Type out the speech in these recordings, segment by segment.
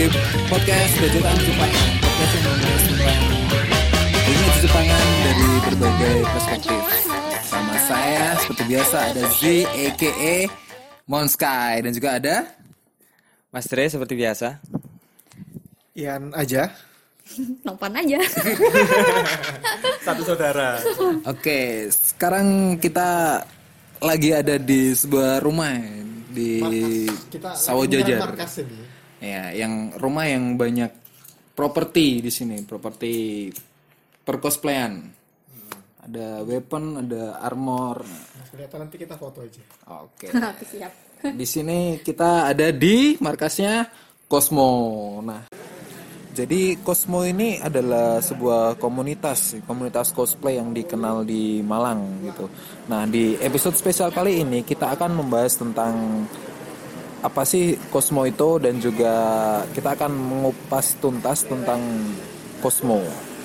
podcast Bejokan Jepangan. Podcast yang membahas tentang dunia Jepangan dari berbagai perspektif. Sama saya seperti biasa ada Z, a.k.a. Monsky, dan juga ada Mas Dre seperti biasa. Ian aja. Nopan aja. Satu saudara. Oke, sekarang kita lagi ada di sebuah rumah di Sawojajar. Ya, yang rumah yang banyak properti di sini, properti percosplayan. Ada weapon, ada armor. Kelihatan nanti kita foto aja. Oke. Siap. Di sini kita ada di markasnya Cosmo. Nah, jadi Cosmo ini adalah sebuah komunitas cosplay yang dikenal di Malang gitu. Nah, di episode spesial kali ini kita akan membahas tentang apa sih Cosmo itu, dan juga kita akan mengupas tuntas tentang Cosmo.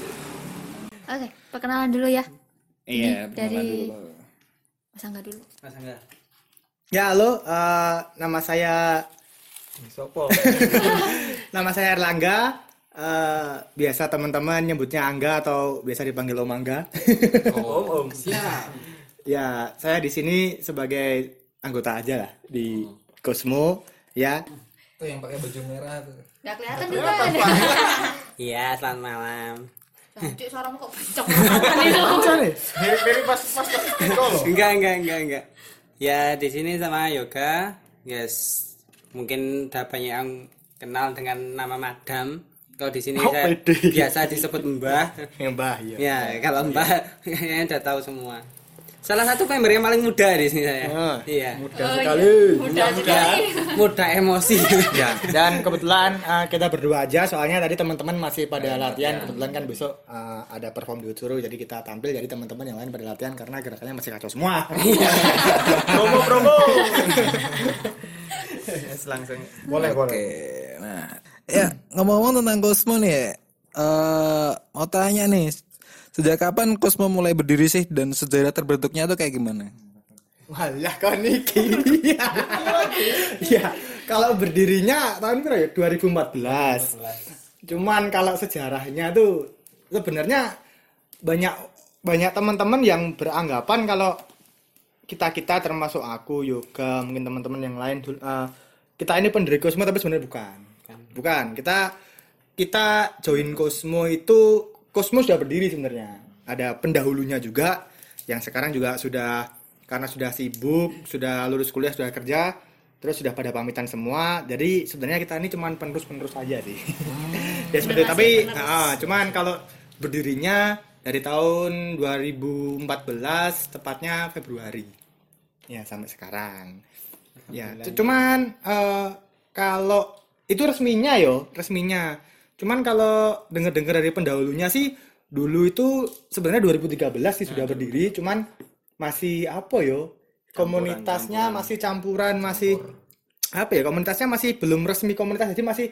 Oke, perkenalan dulu ya. Iya, dari dulu. Mas Angga dulu. Mas Angga. Ya, halo, nama saya Sopo. nama saya Erlangga. Biasa teman-teman nyebutnya Angga atau biasa dipanggil Om Angga. Om. Siap. Ya, saya di sini sebagai anggota aja lah di Cosmo, ya. Tuh yang pakai baju merah tuh. Gak kelihatan juga. Iya, selamat malam. Cuk, suaramu kok bencok. Dari pas kalau. Enggak. Ya, di sini sama Yoga. Yes. Mungkin udah banyak yang kenal dengan nama Madam. Kalau di sini saya biasa disebut Mbah. Mbah, ya. Ya, kalau Mbah kayaknya udah tahu semua. Salah satu member yang paling muda di sini saya. Iya. Mudah sekali. Muda emosi. Ya, dan kebetulan kita berdua aja, soalnya tadi teman-teman masih pada latihan. Kebetulan kan besok ada perform di Utsuru, jadi kita tampil. Jadi teman-teman yang lain pada latihan karena gerakannya masih kacau semua. Promo. Yes, langsung. Boleh. Oke, nah, ya ngomong-ngomong tentang Cosmo nih, mau tanya nih, sejak kapan Cosmo mulai berdiri sih, dan sejarah terbentuknya tuh kayak gimana? Walah kau niki. Ya, kalau berdirinya tahun berapa ya? 2014. Cuman kalau sejarahnya tuh sebenarnya banyak teman-teman yang beranggapan kalau kita termasuk aku, Yoga, mungkin teman-teman yang lain, kita ini pendiri Cosmo, tapi sebenarnya bukan. Kita join Cosmo itu, Cosmo sudah berdiri sebenarnya. Ada pendahulunya juga yang sekarang juga sudah, karena sudah sibuk, sudah lulus kuliah, sudah kerja, terus sudah pada pamitan semua. Jadi sebenarnya kita ini cuman penerus aja sih. Ya seperti tapi cuman kalau berdirinya dari tahun 2014, tepatnya Februari. Ya, sampai sekarang. Ya, cuman kalau itu resminya. Cuman kalau dengar dari pendahulunya sih, dulu itu sebenarnya 2013 sih sudah berdiri, cuman masih komunitasnya masih campuran, masih komunitasnya masih belum resmi komunitas, jadi masih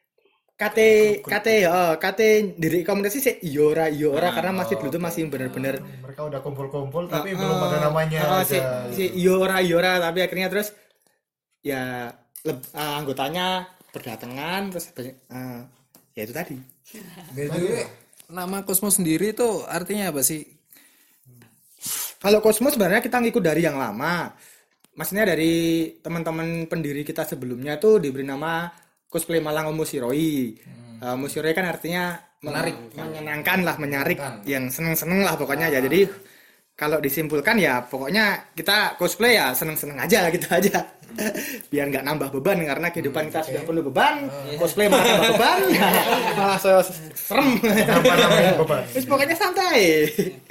KT diri komunitas sih Iora karena masih dulu tuh masih benar-benar Mereka udah kumpul-kumpul tapi belum ada namanya aja. si Iora tapi akhirnya terus ya anggotanya berdatangan, terus ya itu tadi. Jadi nama Cosmo sendiri itu artinya apa sih? Kalau Cosmo sebenarnya kita ngikut dari yang lama. Maksudnya dari teman-teman pendiri kita sebelumnya tuh diberi nama Cosplay Malang Omushiroi. Omushiroi kan artinya menarik, menyenangkan lah, menyarik, yang seneng-seneng lah pokoknya ya. Jadi kalau disimpulkan ya pokoknya kita cosplay ya seneng-seneng aja gitu aja. Biar nggak nambah beban, karena kehidupan kita sudah penuh beban. Cosplay malah nambah beban. Malah saya serem. Nambah beban. Terus pokoknya santai.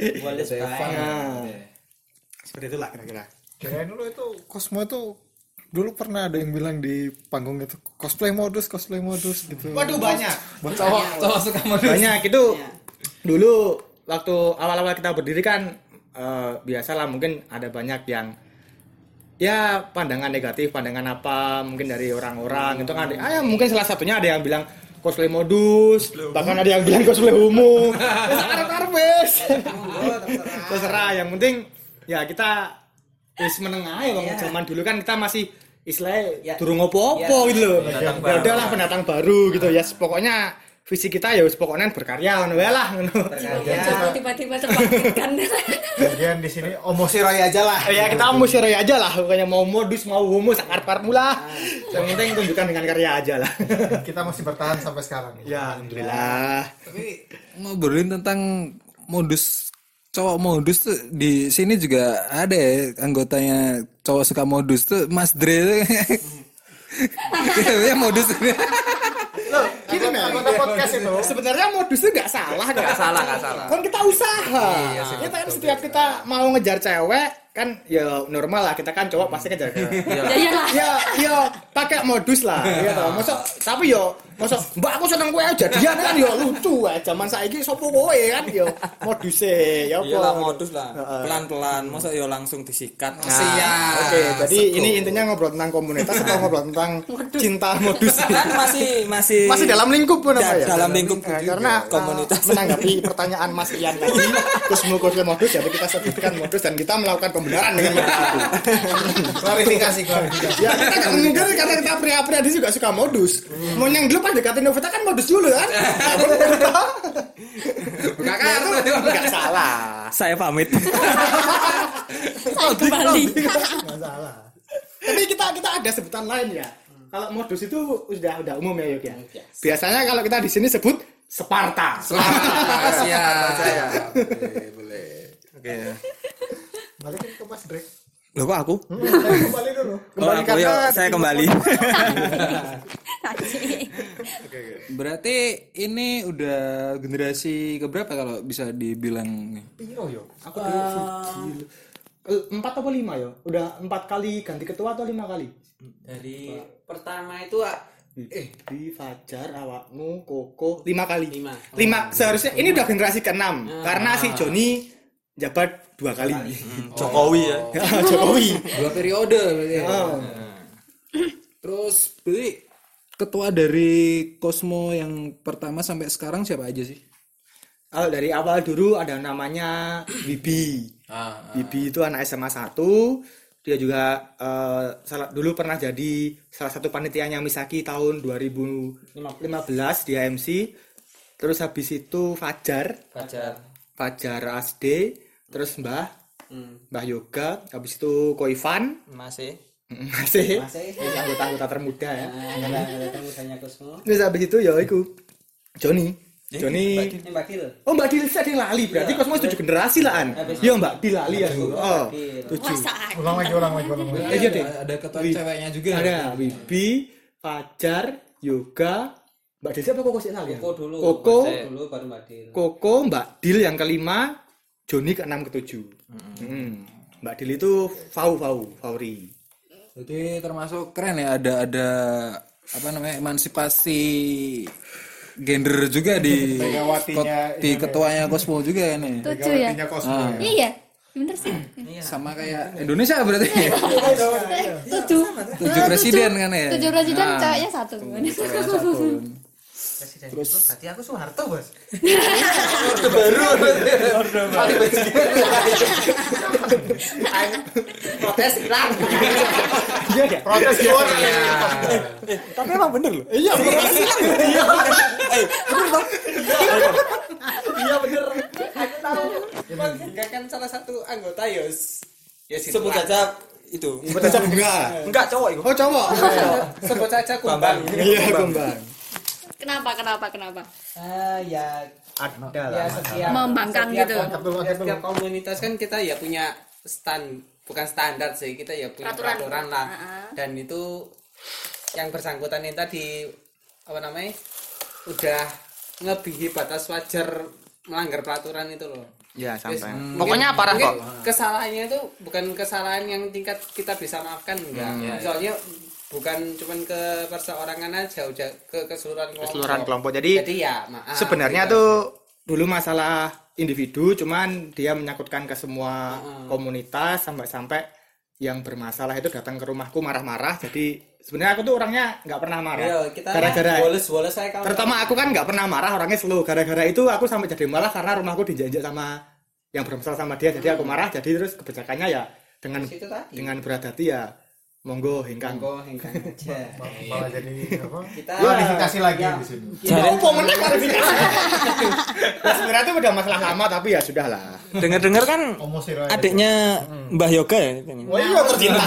Seperti itulah kira-kira. Kirain dulu itu Cosmo itu dulu pernah ada yang bilang di panggung itu cosplay modus gitu. Waduh, banyak. Cowok suka modus. Banyak itu. Dulu waktu awal-awal kita berdiri kan biasalah, mungkin ada banyak yang ya pandangan negatif, pandangan apa mungkin dari orang-orang itu kan. Mungkin salah satunya ada yang bilang cosplay modus, bahkan ada yang bilang cosplay homo. Terserah, yang penting ya kita menengah ya. Zaman dulu kan kita masih istilahnya Ya. durung opo-opo Ya. gitu loh. Pendatang Ya baru. udahlah pendatang baru gitu ya. Pokoknya visi kita ya pokoknya berkarya ngono wae lah ngono. Berkarya. Tiba-tiba terbangkitkan. Bagian di sini omosi roy aja lah. Ya kita mau share aja lah, pokoknya mau modus mau homo sakar mula. Yang penting tunjukkan dengan karya aja lah. Kita masih bertahan sampai sekarang. Ya alhamdulillah. Tapi ngobrolin tentang modus cowok modus tuh di sini juga ada ya anggotanya cowok suka modus tuh Mas Dre tuh. Dia modus. Loh, gini nih. Anggota podcast itu. Sebenarnya modus itu nggak salah, Nggak salah. Kan kita usaha. Kita kan setiap kita mau ngejar cewek kan ya normal lah, kita kan cowok pasti ngejar cewek. Ya iyalah. Ya pakai modus lah ya toh. Tapi mbak aku seneng kowe jadian kan ya lucu wae. Zaman saiki sopo kowe kan ya moduse ya apa. Iyalah modus lah. Pelan-pelan. Masa yo langsung disikat. Siap. Oke, jadi ini intinya ngobrol tentang komunitas atau ngobrol tentang cinta modus. Kan masih Dalam lingkup pun apa ya? dalam lingkup Karena komunitas. menanggapi pertanyaan Mas Ian tadi, kosmo modus jadi kita sebutkan modus dan kita melakukan pembenaran dengan modus itu. Klarifikasi. Ya kita kan mungkin karena kita pria-pria dia juga suka modus. Mau yang dulu pas deketin Novita kan modus dulu kan? Kakak itu nggak salah. Saya pamit. Saya kembali. Nggak salah. Tapi kita ada sebutan lain ya. Kalau modus itu udah umum ya Yuk ya. Biasanya kalau kita di sini sebut Sparta. Siap. Boleh. Oke. Balikin ke Mas Dre. Loh kok aku? Kembali dulu. Kembali aku karena ya, saya kembali. Berarti ini udah generasi keberapa kalau bisa dibilang nih? Piro yo. aku dulu 4 atau 5 ya? Udah 4 kali ganti ketua atau 5 kali? Dari pertama itu Di Fajar, awakmu, Koko 5 kali. 5. 5 seharusnya ini udah generasi ke-6 karena si Joni jabat 2 kali. Jokowi ya. Jokowi. 2 periode berarti. ya? Oh. Terus berarti ketua dari Cosmo yang pertama sampai sekarang siapa aja sih? Kalau dari awal dulu ada namanya Bibi. Bibi itu anak SMA 1. Dia juga dulu pernah jadi salah satu panitianya Misaki tahun 2015 dia MC. Terus habis itu Fajar Asde, terus Mbah Yoga, habis itu Koifan, Masih. masih anggota termuda ya. Tanya Cosmo. Terus habis itu ya iku Joni. Ini Mbak Dil. Oh Mbak Dil saya lali berarti Cosmo 7 generasi lah an. Iya Mbak Dil lali ya. Oh, 7. Ulang lagi. Iya deh. Ada ketua ceweknya juga. Ada Wibi, Fajar, Yoga, Mbak Dil siapa Koko sih lali ya? Koko dulu. Koko, dulu baru Mbak Dil. Koko, Mbak Dil yang kelima, Joni ke-6 ke-7. Mbak Dil itu Fauri. Jadi termasuk keren ya ada apa namanya emansipasi gender juga di Megawatinya di ketuanya Cosmo juga ini. Tujuh ya. Megawatinya Cosmo ya. Iya. Bener sih. Sama kayak Indonesia berarti. 7. 7 presiden kan ya. 7 presiden Nah, ceweknya 1. ceweknya satu. Presiden terus berarti aku Soeharto, Bos. Protes hilang. Iya deh. Protes keluar. Tapi emang bener loh. Iya, bener. Enggak kan salah satu anggota Yos. Ya Sebut saja itu. Betul bunga. Enggak cowok itu. Oh, cowok. Sebut saja Kumbang. Iya, Kumbang. Kenapa? Ya Ada ya lah. setiap Membangkang setiap gitu. setiap komunitas kan kita ya punya bukan standar sih, kita ya punya peraturan lah. Dan itu yang bersangkutan ini tadi apa namanya udah ngebihi batas wajar melanggar peraturan itu loh. Ya, sampai. Mungkin- Pokoknya parah mungkin kok. Kesalahannya itu bukan kesalahan yang tingkat kita bisa maafkan enggak. Soalnya bukan cuman ke perseorangan aja, udah ke keseluruhan kelompok. Keseluruhan kelompok. Jadi ya maaf. sebenarnya gitu. tuh dulu masalah individu, cuman dia menyangkutkan ke semua komunitas sampai yang bermasalah itu datang ke rumahku marah-marah. Jadi sebenarnya aku tuh orangnya nggak pernah marah. Iya, kita gara-gara boles saya kawan. terutama aku kan nggak pernah marah, orangnya slow. Gara-gara itu aku sampai jadi marah karena rumahku dijajak sama yang bermasalah sama dia. Jadi aku marah. Jadi terus kebijakannya ya dengan Situ tadi. dengan berat hati ya monggo hengkang. aja. Malah jadi apa? Kita Klarifikasi lagi di sini. Jangan meneh klarifikasi. Nah, sebenarnya itu udah masalah lama tapi ya sudahlah. Dengar-dengar kan Omosiro aja. adiknya Mbah Yoga ya. Oh iya tercinta.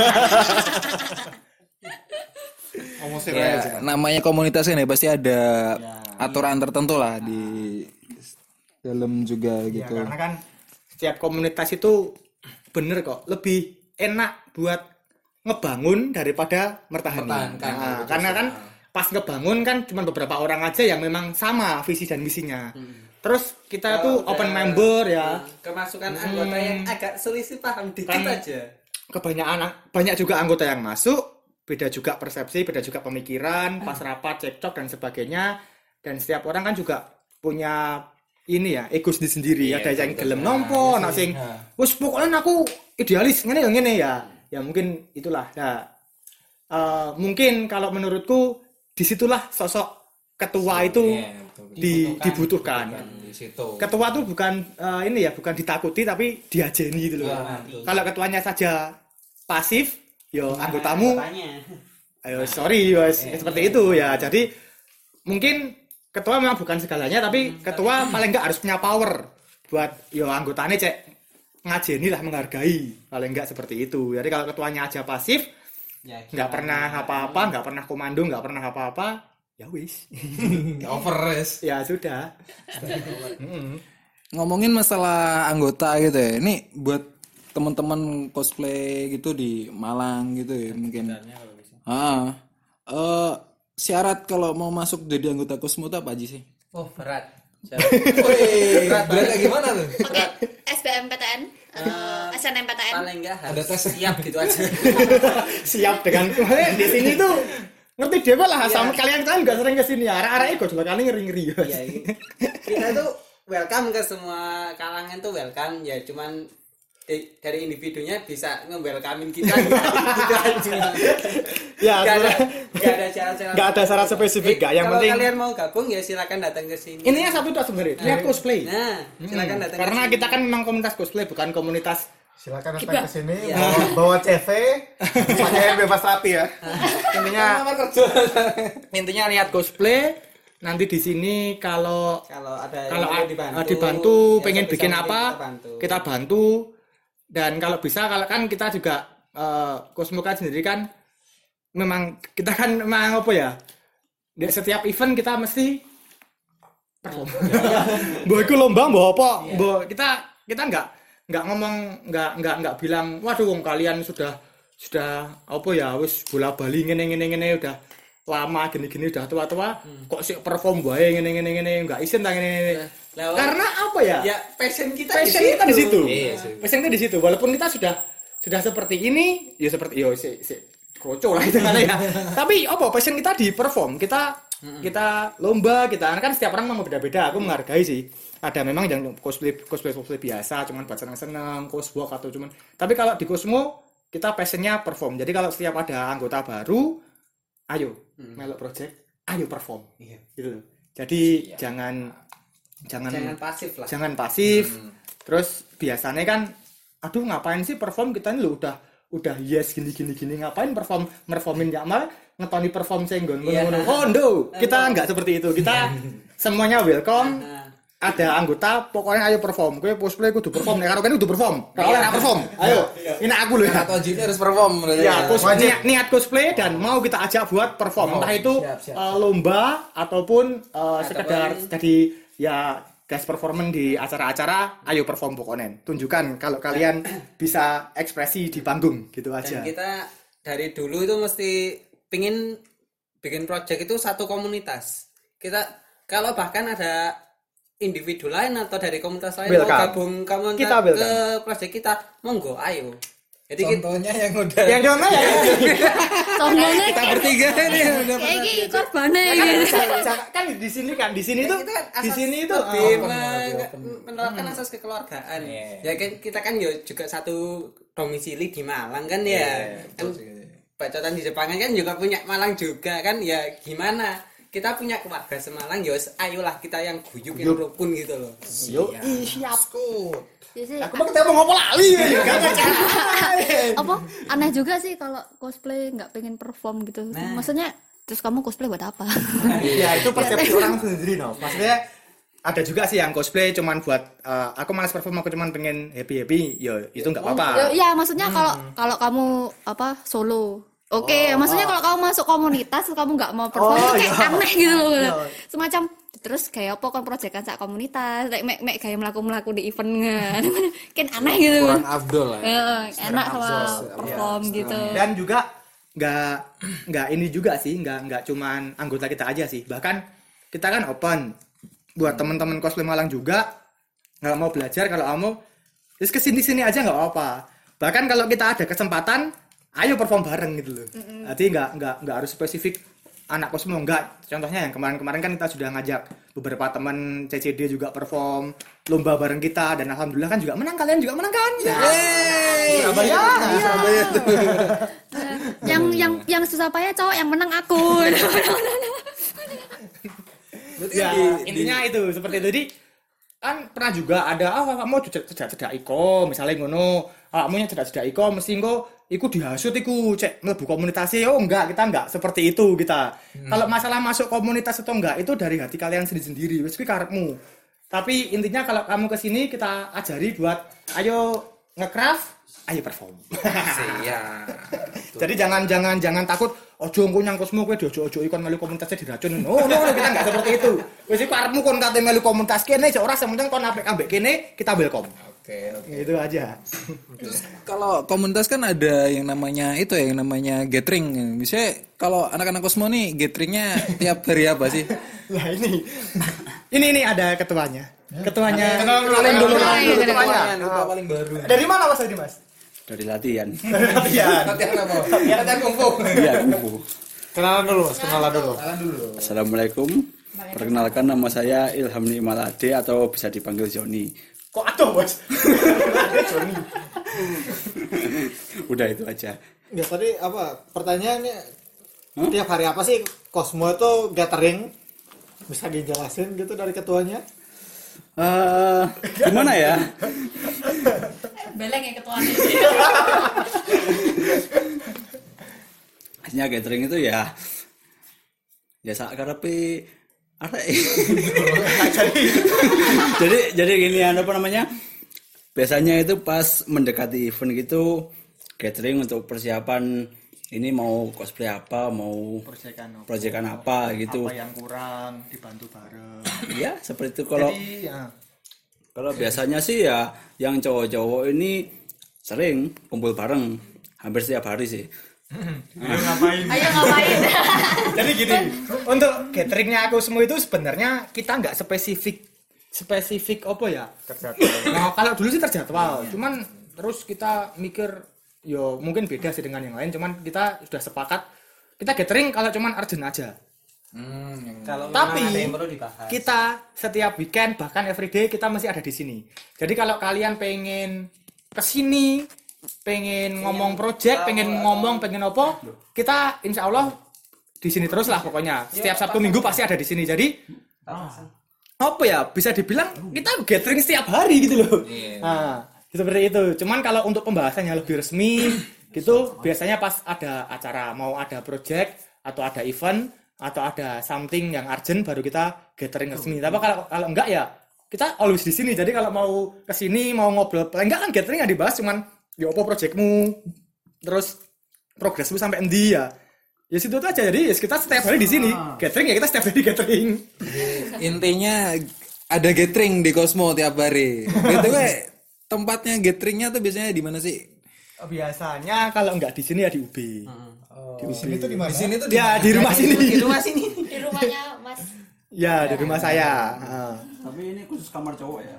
Omosiro Ya, aja. namanya komunitas kan ya pasti ada aturan tertentu lah di dalam juga Ya, gitu. karena kan setiap komunitas itu bener kok lebih enak buat ngebangun daripada mertahanin. Mempertahankan, Nah, betul, karena kan pas ngebangun kan cuma beberapa orang aja yang memang sama visi dan misinya. Terus kita tuh Kalau open udah, member ya. kemasukan anggota yang agak selisih paham dikit Kan- aja. Banyak juga anggota yang masuk, beda juga persepsi, beda juga pemikiran, pas rapat, cekcok dan sebagainya. Dan setiap orang kan juga punya ini ya, ego sendiri. Ada yang gelem nompo, ana sing wis pokoknya aku idealis ngene ya. Ya mungkin itulah. Nah, mungkin kalau menurutku disitulah sosok ketua itu dibutuhkan. Di situ. Ketua tuh bukan ini ya, bukan ditakuti tapi diajeni gitu loh. Kalau ketuanya saja pasif, yo anggotamu ayo sorry wes seperti itu ya. Jadi mungkin ketua memang bukan segalanya tapi ketua paling enggak harus punya power buat yo anggotanya cek ngajeni lah, menghargai, paling enggak seperti itu. Jadi kalau ketuanya aja pasif, Ya, nggak pernah apa-apa, nggak pernah komando, nggak pernah apa-apa, ya wis. overres. Ya sudah. Ngomongin masalah anggota gitu ya. Ini buat teman-teman cosplay gitu di Malang gitu ya mungkin. Syarat kalau mau masuk jadi anggota Cosmo itu apa aja sih? Oh, berat. Berat kayak gimana tuh? Pakai SBMPTN atau SNMPTN. Paling enggak harus siap gitu aja. Siap dengan di sini tuh ngerti dia lah sama kalian kan nggak sering kesini ya. Arah-arah itu juga kali ngeri-ngeri. Iya, kita tuh welcome ke semua kalangan tuh welcome ya, cuman dari individunya bisa nge-welcomein kita gitu aja. Ya, Gak ada syarat-syarat. nggak ada syarat spesifik nggak. Yang kalau penting kalian mau gabung ya silakan datang ke sini. ininya satu tuh sebenarnya. Niat cosplay. Nah, silakan datang. Karena ke sini. kita kan memang komunitas cosplay bukan komunitas. Silakan datang ke sini, bawa CV, pakaian bebas rapi ya. Intinya niat cosplay. Nanti di sini kalau ada kalau yang dibantu ya, pengen sebisa bikin mungkin apa kita bantu. Dan kalau bisa kalau kan kita juga Cosmo kan sendiri kan memang kita kan memang apa ya, di setiap event kita mesti perform. Mbok iku lomba mbok apa? Mbok kita nggak ngomong nggak bilang waduh wong kalian sudah apa ya wis bola-bali ngene udah lama gini udah tua-tua kok sih perform bae ngene enggak isin ta ngene. Karena apa ya? Ya passion kita Di situ. Iya, Passion kita di situ. Walaupun kita sudah seperti ini, ya seperti si kroco lah itu kan ya. Tapi apa passion kita di perform. Kita lomba, kita kan setiap orang memang beda-beda. Aku menghargai sih. Ada memang yang cosplay biasa, cuman buat senang-senang, coswalk atau cuman. Tapi kalau di Cosmo kita passionnya perform. Jadi kalau setiap ada anggota baru, ayo melok project, ayo perform. Gitu loh. Jadi jangan pasif lah. Jangan pasif. Terus biasanya kan aduh ngapain sih perform, kita ini lo udah yes gini ngapain performin Jamal ngetoni perform saya ngono. Oh no, kita enggak seperti itu. Kita semuanya welcome. Ada anggota pokoknya ayo perform. Kowe cosplay kudu perform, nek karo kene kudu perform. Kalau ora perform, ayo. Ini aku loh ya. Atau wajibnya harus perform berarti. Ya, niat cosplay dan mau kita ajak buat perform. Entah itu lomba ataupun sekedar jadi ya guest performance di acara-acara, ayo perform pokoknya. Tunjukkan kalau kalian bisa ekspresi di panggung gitu aja. Dan kita dari dulu itu mesti pingin bikin project itu satu komunitas. Kita kalau bahkan ada individu lain atau dari komunitas lain mau gabung komunitas ke project kita, monggo ayo. Jadi contohnya yang udah yang mana ya? Contohnya kita bertiga ini udah kayak gini korbannya Kan di sini itu menerapkan asas kekeluargaan. Ya kan kita kan juga satu domisili di Malang kan ya. Kan bacotan di Jepangan kan juga punya Malang juga kan ya, gimana kita punya keluarga Semalang, yos ayolah kita yang guyup rukun gitu loh. Yo, siap kok. Iya sih. Aku mau ketemu ngopo lali. Apa aneh juga sih kalau cosplay nggak pengen perform gitu. Maksudnya terus kamu cosplay buat apa? Ya itu persepsi orang sendiri no. Maksudnya ada juga sih yang cosplay cuman buat aku malas perform, aku cuman pengen happy ya itu nggak apa-apa. Ya maksudnya kalau kamu apa solo. Oke, maksudnya kalau kamu masuk komunitas terus kamu nggak mau perform itu kayak aneh gitu loh. Semacam terus kayak apa kan proyekan sak komunitas, mek kayak melaku di event kan aneh gitu. Kurang afdol lah. Enak sama perform gitu. Dan juga nggak ini juga sih, nggak cuman anggota kita aja sih, bahkan kita kan open buat teman-teman cosplay Malang juga. Nggak mau belajar kalau kamu terus kesini aja nggak apa-apa. Bahkan kalau kita ada kesempatan ayo perform bareng gitu loh. Jadi nggak harus spesifik anak Cosmo, enggak. Contohnya yang kemarin kan kita sudah ngajak beberapa teman CCD juga perform lomba bareng kita dan alhamdulillah kan juga menang, kalian juga menang kan? Surabaya. Yang susah payah cowok yang menang aku. Ya, intinya itu seperti itu. Jadi kan pernah juga ada kamu cedak iko misalnya ngono, kamu yang cedak iko mesti iku dihasut iku cek mlebu komunitasnya. Oh enggak, kita enggak seperti itu kita. Kalau masalah masuk komunitas atau enggak itu dari hati kalian sendiri-sendiri, wis kuwi karepmu. Tapi intinya kalau kamu kesini kita ajari buat ayo nge-craft, ayo perform. Iya. Jadi jangan takut ojo engko nyang Cosmo kowe ojo ikon melu komunitasnya diracun. No, kita enggak seperti itu. Wis iku karepmu kon kate melu komunitas kene aja ora sementing kon apik ambek kene kita welcome. Oke. Itu aja. Terus kalau komunitas kan ada yang namanya gathering. Misalnya kalau anak-anak Cosmo nih gatheringnya tiap hari apa sih? Nah ini ada ketuanya. Ketuanya paling dulu. Ketua paling baru. Dari mana Mas tadi Mas? Dari latihan. Latihan apa? Latihan kungfu. Iya, kungfu. Kenalan dulu Mas, kenalan dulu. Assalamualaikum. Perkenalkan nama saya Ilham Nimalade atau bisa dipanggil Joni. Kok aduh Mas? Joni. Udah itu aja. Ya tadi apa? Pertanyaannya tiap hari apa sih Cosmo itu gathering? Bisa dijelasin gitu dari ketuanya? Gimana ya? Beleng ya ketuanya. Hanya gathering itu ya sak karepe arek. Jadi gini apa namanya? Biasanya itu pas mendekati event gitu gathering untuk persiapan ini mau cosplay apa, mau proyekan apa gitu. Apa yang kurang dibantu bareng. Iya, seperti itu kalau Jadi, ya. Kalau biasanya sih ya yang cowok-cowok ini sering kumpul bareng hampir setiap hari sih. Ayo ngapain? Jadi gini, untuk gatheringnya aku semua itu sebenarnya kita nggak spesifik apa ya? Nah, kalau dulu sih terjadwal, cuman terus kita mikir, yo mungkin beda sih dengan yang lain, cuman kita sudah sepakat kita gathering kalau cuman urgent aja. Kalau Tapi memang ada yang perlu dibahas. kita setiap weekend bahkan everyday kita masih ada di sini. Jadi kalau kalian pengen kesini, pengen ngomong project, pengen apa, kita insya Allah di sini terus lah pokoknya. Setiap Sabtu Minggu pasti ada di sini. Jadi apa ya? Bisa dibilang kita gathering setiap hari gitu loh. Nah, seperti itu. Cuman kalau untuk pembahasannya lebih resmi gitu, biasanya pas ada acara, mau ada project atau ada event atau ada something yang urgent baru kita gathering resmi. Tapi kalau enggak ya kita always di sini. Jadi kalau mau kesini mau ngobrol, paling enggak kan gathering yang dibahas cuman ya apa projectmu, terus progresmu sampai endi ya. Ya situ aja. Jadi ya kita setiap hari di sini. Gathering ya kita setiap hari gathering. Intinya ada gathering di Cosmo tiap hari. Gitu tempatnya gatheringnya tuh biasanya di mana sih? Biasanya kalau enggak di sini ya di UB. Di sini tuh di mana? Di sini tuh Ya di rumah sini. Di rumah sini. Di rumahnya Mas. Ya di rumah saya. Tapi ini khusus kamar cowok ya.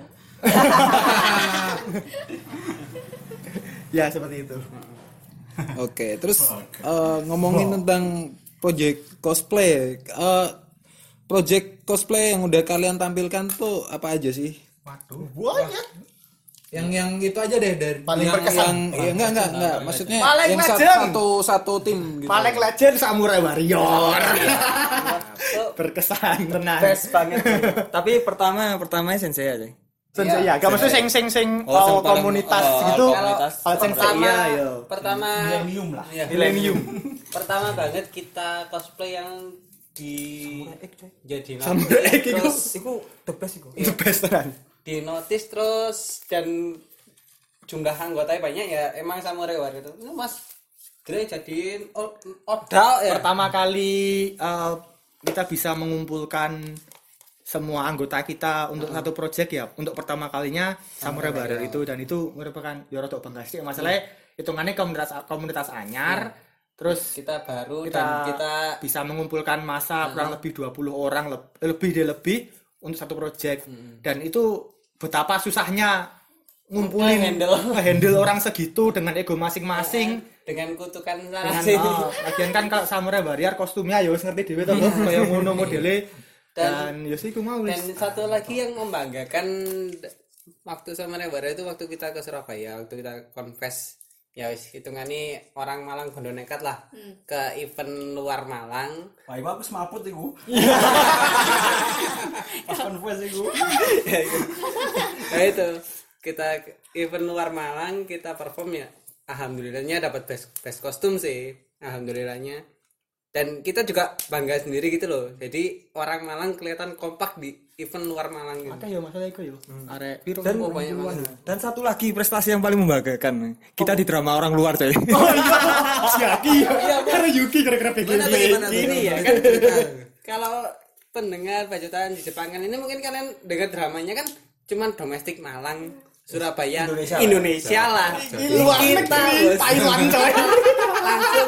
Ya seperti itu. Oke, terus ngomongin tentang project cosplay. Project cosplay yang udah kalian tampilkan tuh apa aja sih? Waduh, banyak. Yang itu aja deh dari Paling yang, berkesan. yang enggak maksudnya Paling yang legend. satu tim gitu. Paling legend Samurai Warrior. berkesan tenan. Best banget. Tapi pertamanya Sensei aja. Sensei ya, gak maksud sing Oh, yang paling- komunitas oh, gitu. komunitas. Kalau Sensei iya ya. Pertama Millennium lah. Millennium. pertama banget kita cosplay yang di jadi Samurai X terus Iku the best iku. Itu best tenan. di notice terus dan jumlah anggotanya banyak ya emang Samurai War itu Mas Dre jadiin odal ya Pertama kali kita bisa mengumpulkan semua anggota kita untuk satu project ya, untuk pertama kalinya Samurai Warrior itu, dan itu merupakan ya rada bangga sih. Masalahnya hitungannya komunitas anyar, terus kita baru kita, dan kita bisa mengumpulkan masa kurang lebih 20 orang lebih untuk satu project. Dan itu betapa susahnya ngumpulin handle orang segitu dengan ego masing-masing. dengan kutukan Dengan sana lagian kan kalau Samurai Warrior kostumnya ya wis ngerti dhewe to kayak ngono modele. Dan ya sih ku mau dan wis. satu lagi yang membanggakan waktu Samurai War itu waktu kita ke Surabaya waktu kita confess ya wis hitungannya orang Malang bondo nekat lah ke event luar Malang. Wah, iku aku semaput iku. Pas konvers iku. Nah itu kita event luar Malang kita perform ya alhamdulillahnya dapat best kostum sih alhamdulillahnya dan kita juga bangga sendiri gitu loh jadi orang Malang kelihatan kompak di event luar Malang gitu. Oke ya masalah iku yo. Arek piro Dan banyak banget. dan satu lagi prestasi yang paling membanggakan. Kita di drama orang luar, coy. Jaki ya. Karo Yuki kira-kira Gimana tuh, gimana tuh? Gini ya kan kita, kalau pendengar bacotan di Jepangan ini mungkin kalian dengar dramanya kan cuman domestik Malang Surabaya Indonesia lah Luar negeri Thailand coy. langsung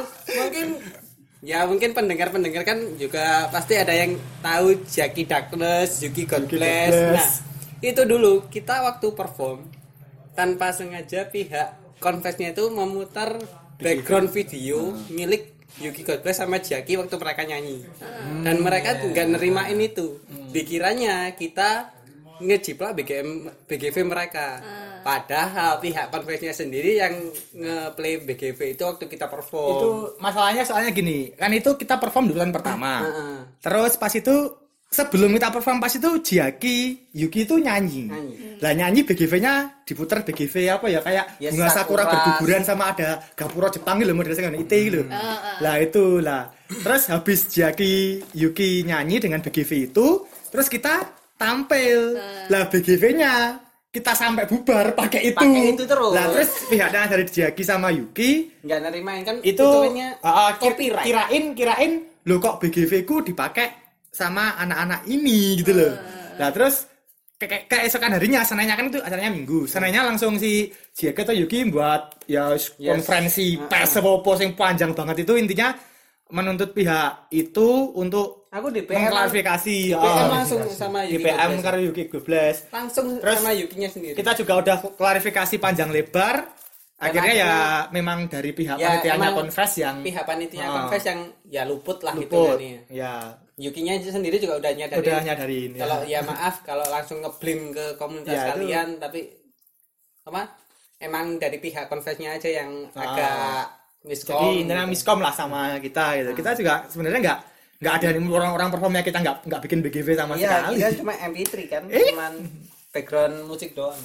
mungkin pendengar kan juga pasti ada yang tahu Jaki Darkness, Yuki God Bless. Nah, itu dulu kita waktu perform tanpa sengaja pihak confessnya itu memutar background video milik Yuki God Bless sama Jaki waktu mereka nyanyi. Dan mereka nggak nerimain itu. Dikiranya kita ngejiplak BGV mereka. Padahal pihak confessnya sendiri yang nge-play BGV itu waktu kita perform. Itu masalahnya soalnya gini, kan itu kita perform duluan pertama. Terus pas itu sebelum kita perform pas itu Jaki Yuki itu nyanyi. Lah nyanyi BGV-nya diputar BGV apa ya kayak Ya, bunga sakura sakura. berguguran sama ada gapura Jepang gitu model sing IT gitu. Lah itu lah. Terus habis Jaki Yuki nyanyi dengan BGV itu, terus kita tampil. Lah BGV-nya kita sampai bubar pakai itu. Pakai itu terus. Lah terus pihaknya dari Jaki sama Yuki nggak nerimain kan itu copyright. kirain lo kok BGV ku dipakai sama anak-anak ini gitu loh. Nah terus keesokan harinya senanya kan itu acaranya Minggu. Senanya langsung si Jaki atau Yuki buat ya konferensi pers apa yang panjang banget itu intinya menuntut pihak itu untuk Aku di PM mengklarifikasi PM langsung sama Yuki PM God Bless. karena Yuki God Bless. langsung Terus sama Yukinya sendiri. Kita juga udah klarifikasi panjang lebar. Akhirnya ya memang dari pihak Ya, panitianya emang confess yang pihak panitia confess yang ya luput lah luput. hitungannya. Ya, Yukinya sendiri juga udah nyadarin. udah nyadarin. Ya. Kalau ya maaf kalau langsung nge-blame ke komunitas Ya, itu. kalian tapi apa? Emang dari pihak confessnya aja yang agak miskom. Jadi intinya miskom lah sama kita gitu. Kita juga sebenarnya nggak ada orang-orang performnya kita nggak bikin BGV sama Iya, sekali. kita cuma MP3 kan, cuman background musik doang.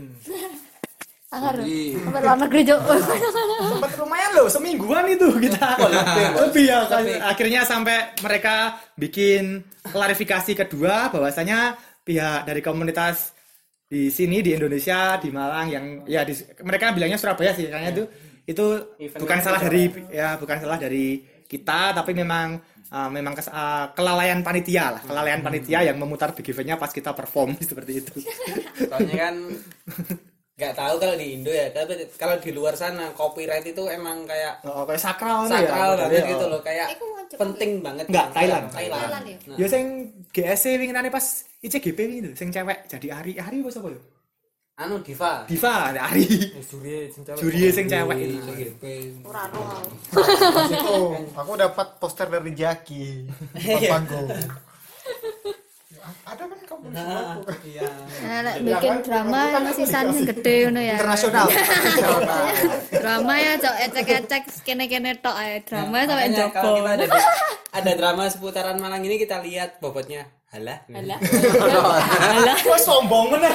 Sangar. Sampai luar negeri Jo. Sempat lumayan loh semingguan itu kita. Lebih ya kan. Akhirnya sampai mereka bikin klarifikasi kedua bahwasanya pihak dari komunitas di sini di Indonesia di Malang yang ya mereka bilangnya Surabaya sih karena itu bukan salah dari kita tapi memang kelalaian panitia yang memutar BGV-nya pas kita perform seperti itu. Soalnya kan nggak tahu kalau di Indo ya, tapi kalau di luar sana copyright itu emang kayak Kayak sakral banget ya. gitu loh, kayak Iku mau Jepang. penting banget. Enggak, Thailand. Thailand ya. Nah, Ya sing GSC winginane pas ICGP itu sing cewek jadi Ari apa sapa yo? anu Diva. Diva ada Ari. Juri sing cewek itu. Ora roh. Itu aku dapat poster dari Jaki pas panggung. Ada kan kamu Iya. Nek bikin drama ono sisan sing gede ngono ya. Internasional. Drama ya cok ecek-ecek kene-kene tok ae. Drama sampai Makanya jopo. kalau kita ada drama seputaran Malang ini kita lihat bobotnya. Halah. Alah. Kok sombong bener.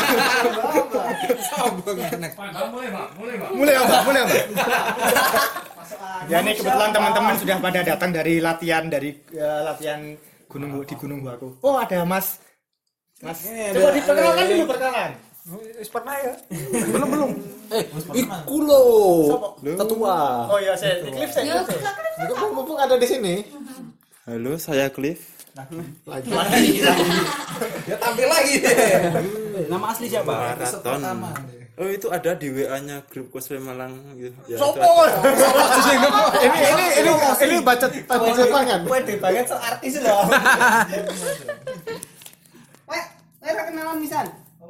Mulai apa? Ya nih kebetulan teman-teman sudah pada datang dari latihan di Gunung Buaku. Oh, ada Mas. Coba diperkenalkan dulu perkenalan. Pernah ya? Belum. Iku lo. Ketua. Oh iya, saya Cliff. Mumpung ada di sini. Halo, saya Cliff. Lagi. Ya tampil lagi deh. Nama asli siapa? Maraton. Oh, itu ada di WA-nya grup cosplay Malang gitu. Ya, Sopo. Ini baca kan? Pede banget so artis loh. Weh, kenalan misan.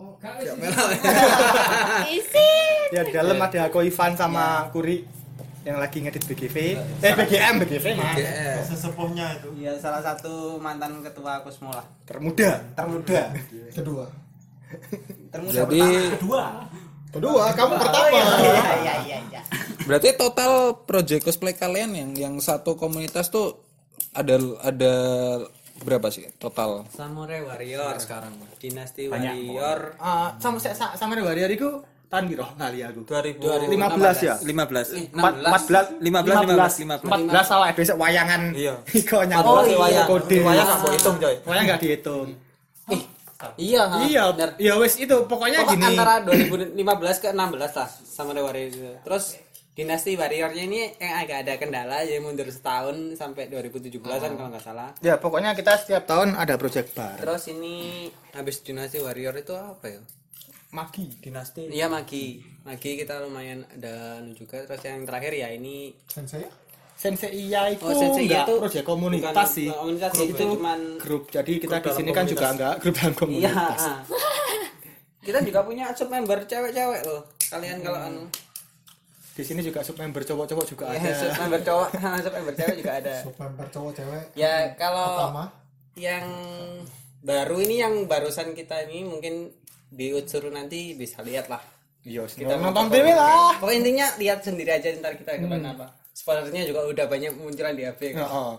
Isi. Ya di dalam ada Ko Ivan sama Kuri yang lagi ngedit BGM mah. Sesepuhnya itu. Iya, salah satu mantan ketua Kosmo lah. Termuda. Kedua. Jadi Kedua, kamu pertama. Iya. berarti total project cosplay kalian yang satu komunitas tuh ada berapa sih total? Samurai Warrior sekarang. Dinasti Warrior Sama Warrior iku tahun piro kali aku? 2015 ya? 15. 14 salah besok wayangan. Iya. Iko nyampe wayang. kode. Wayang nggak mau hitung, coy. Wayang enggak dihitung. Iya, benar. Ya wes itu pokoknya Pokok gini. antara 2015 ke 16 lah Samurai Warrior itu. Terus Dinasti Warriornya ini yang agak ada kendala ya mundur setahun sampai 2017-an kalau nggak salah. Ya pokoknya kita setiap tahun ada project bar. Terus ini habis Dinasti Warrior itu apa ya? Magi dinasti. Iya Magi kita lumayan ada juga. Terus yang terakhir ya ini Sensei Iya itu Sensei Iya enggak tuh project komunitas bukan sih. komunitas sih, itu cuman Grup. Jadi kita di sini kan komunitas. juga enggak grup dalam iya. komunitas. Kita juga punya sub member cewek-cewek loh. Kalian kalau anu Di sini juga sub member cowok-cowok juga ya, ada. sub member cowok, sub member cewek juga ada. Member cowok-cewek. Ya kalau Pertama. yang baru ini yang barusan kita ini mungkin di Utsuru nanti bisa lihat lah. Iya, Kita nonton TV lah. Pokoknya intinya lihat sendiri aja ntar kita gimana apa. Spoilernya juga udah banyak munculan di HP. Kan? Heeh.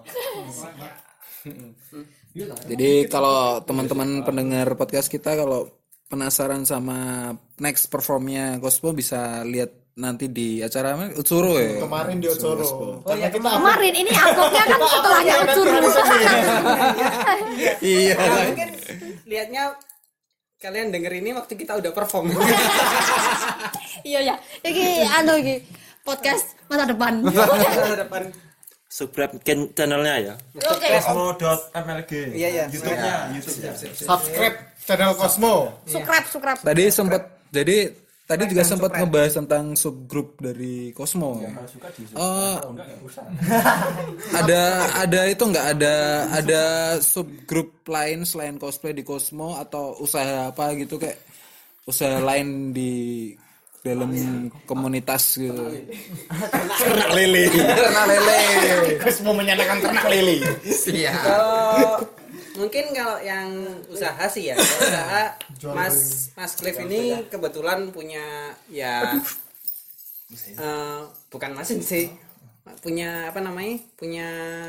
Jadi kalau teman-teman pendengar podcast kita kalau penasaran sama next performnya Cosmo bisa lihat nanti di acara Utsuro ya. Kemarin di Otsoro. Oh ya Kemarin ini uploadnya kan setelahnya Utsuro. Iya. mungkin lihatnya kalian denger ini waktu kita udah perform. Iya ya. Iki podcast masa depan. Masa depan. Subscribe channelnya ya. Oke. Cosmo.mlg. Iya. YouTube-nya. Subscribe channel Cosmo. Sukrap. Tadi juga sempat ngebahas tentang subgrup dari Cosmo. Ada itu nggak ada subgrup lain selain cosplay di Cosmo atau usaha apa gitu kayak usaha lain di dalam komunitas gitu. Ternak lele. Cosmo menyatakan ternak lele. Kalau mungkin kalau yang usaha sih ya, kalau usaha Mas Cliff ini kebetulan punya ya bukan mesin sih, punya apa namanya? Punya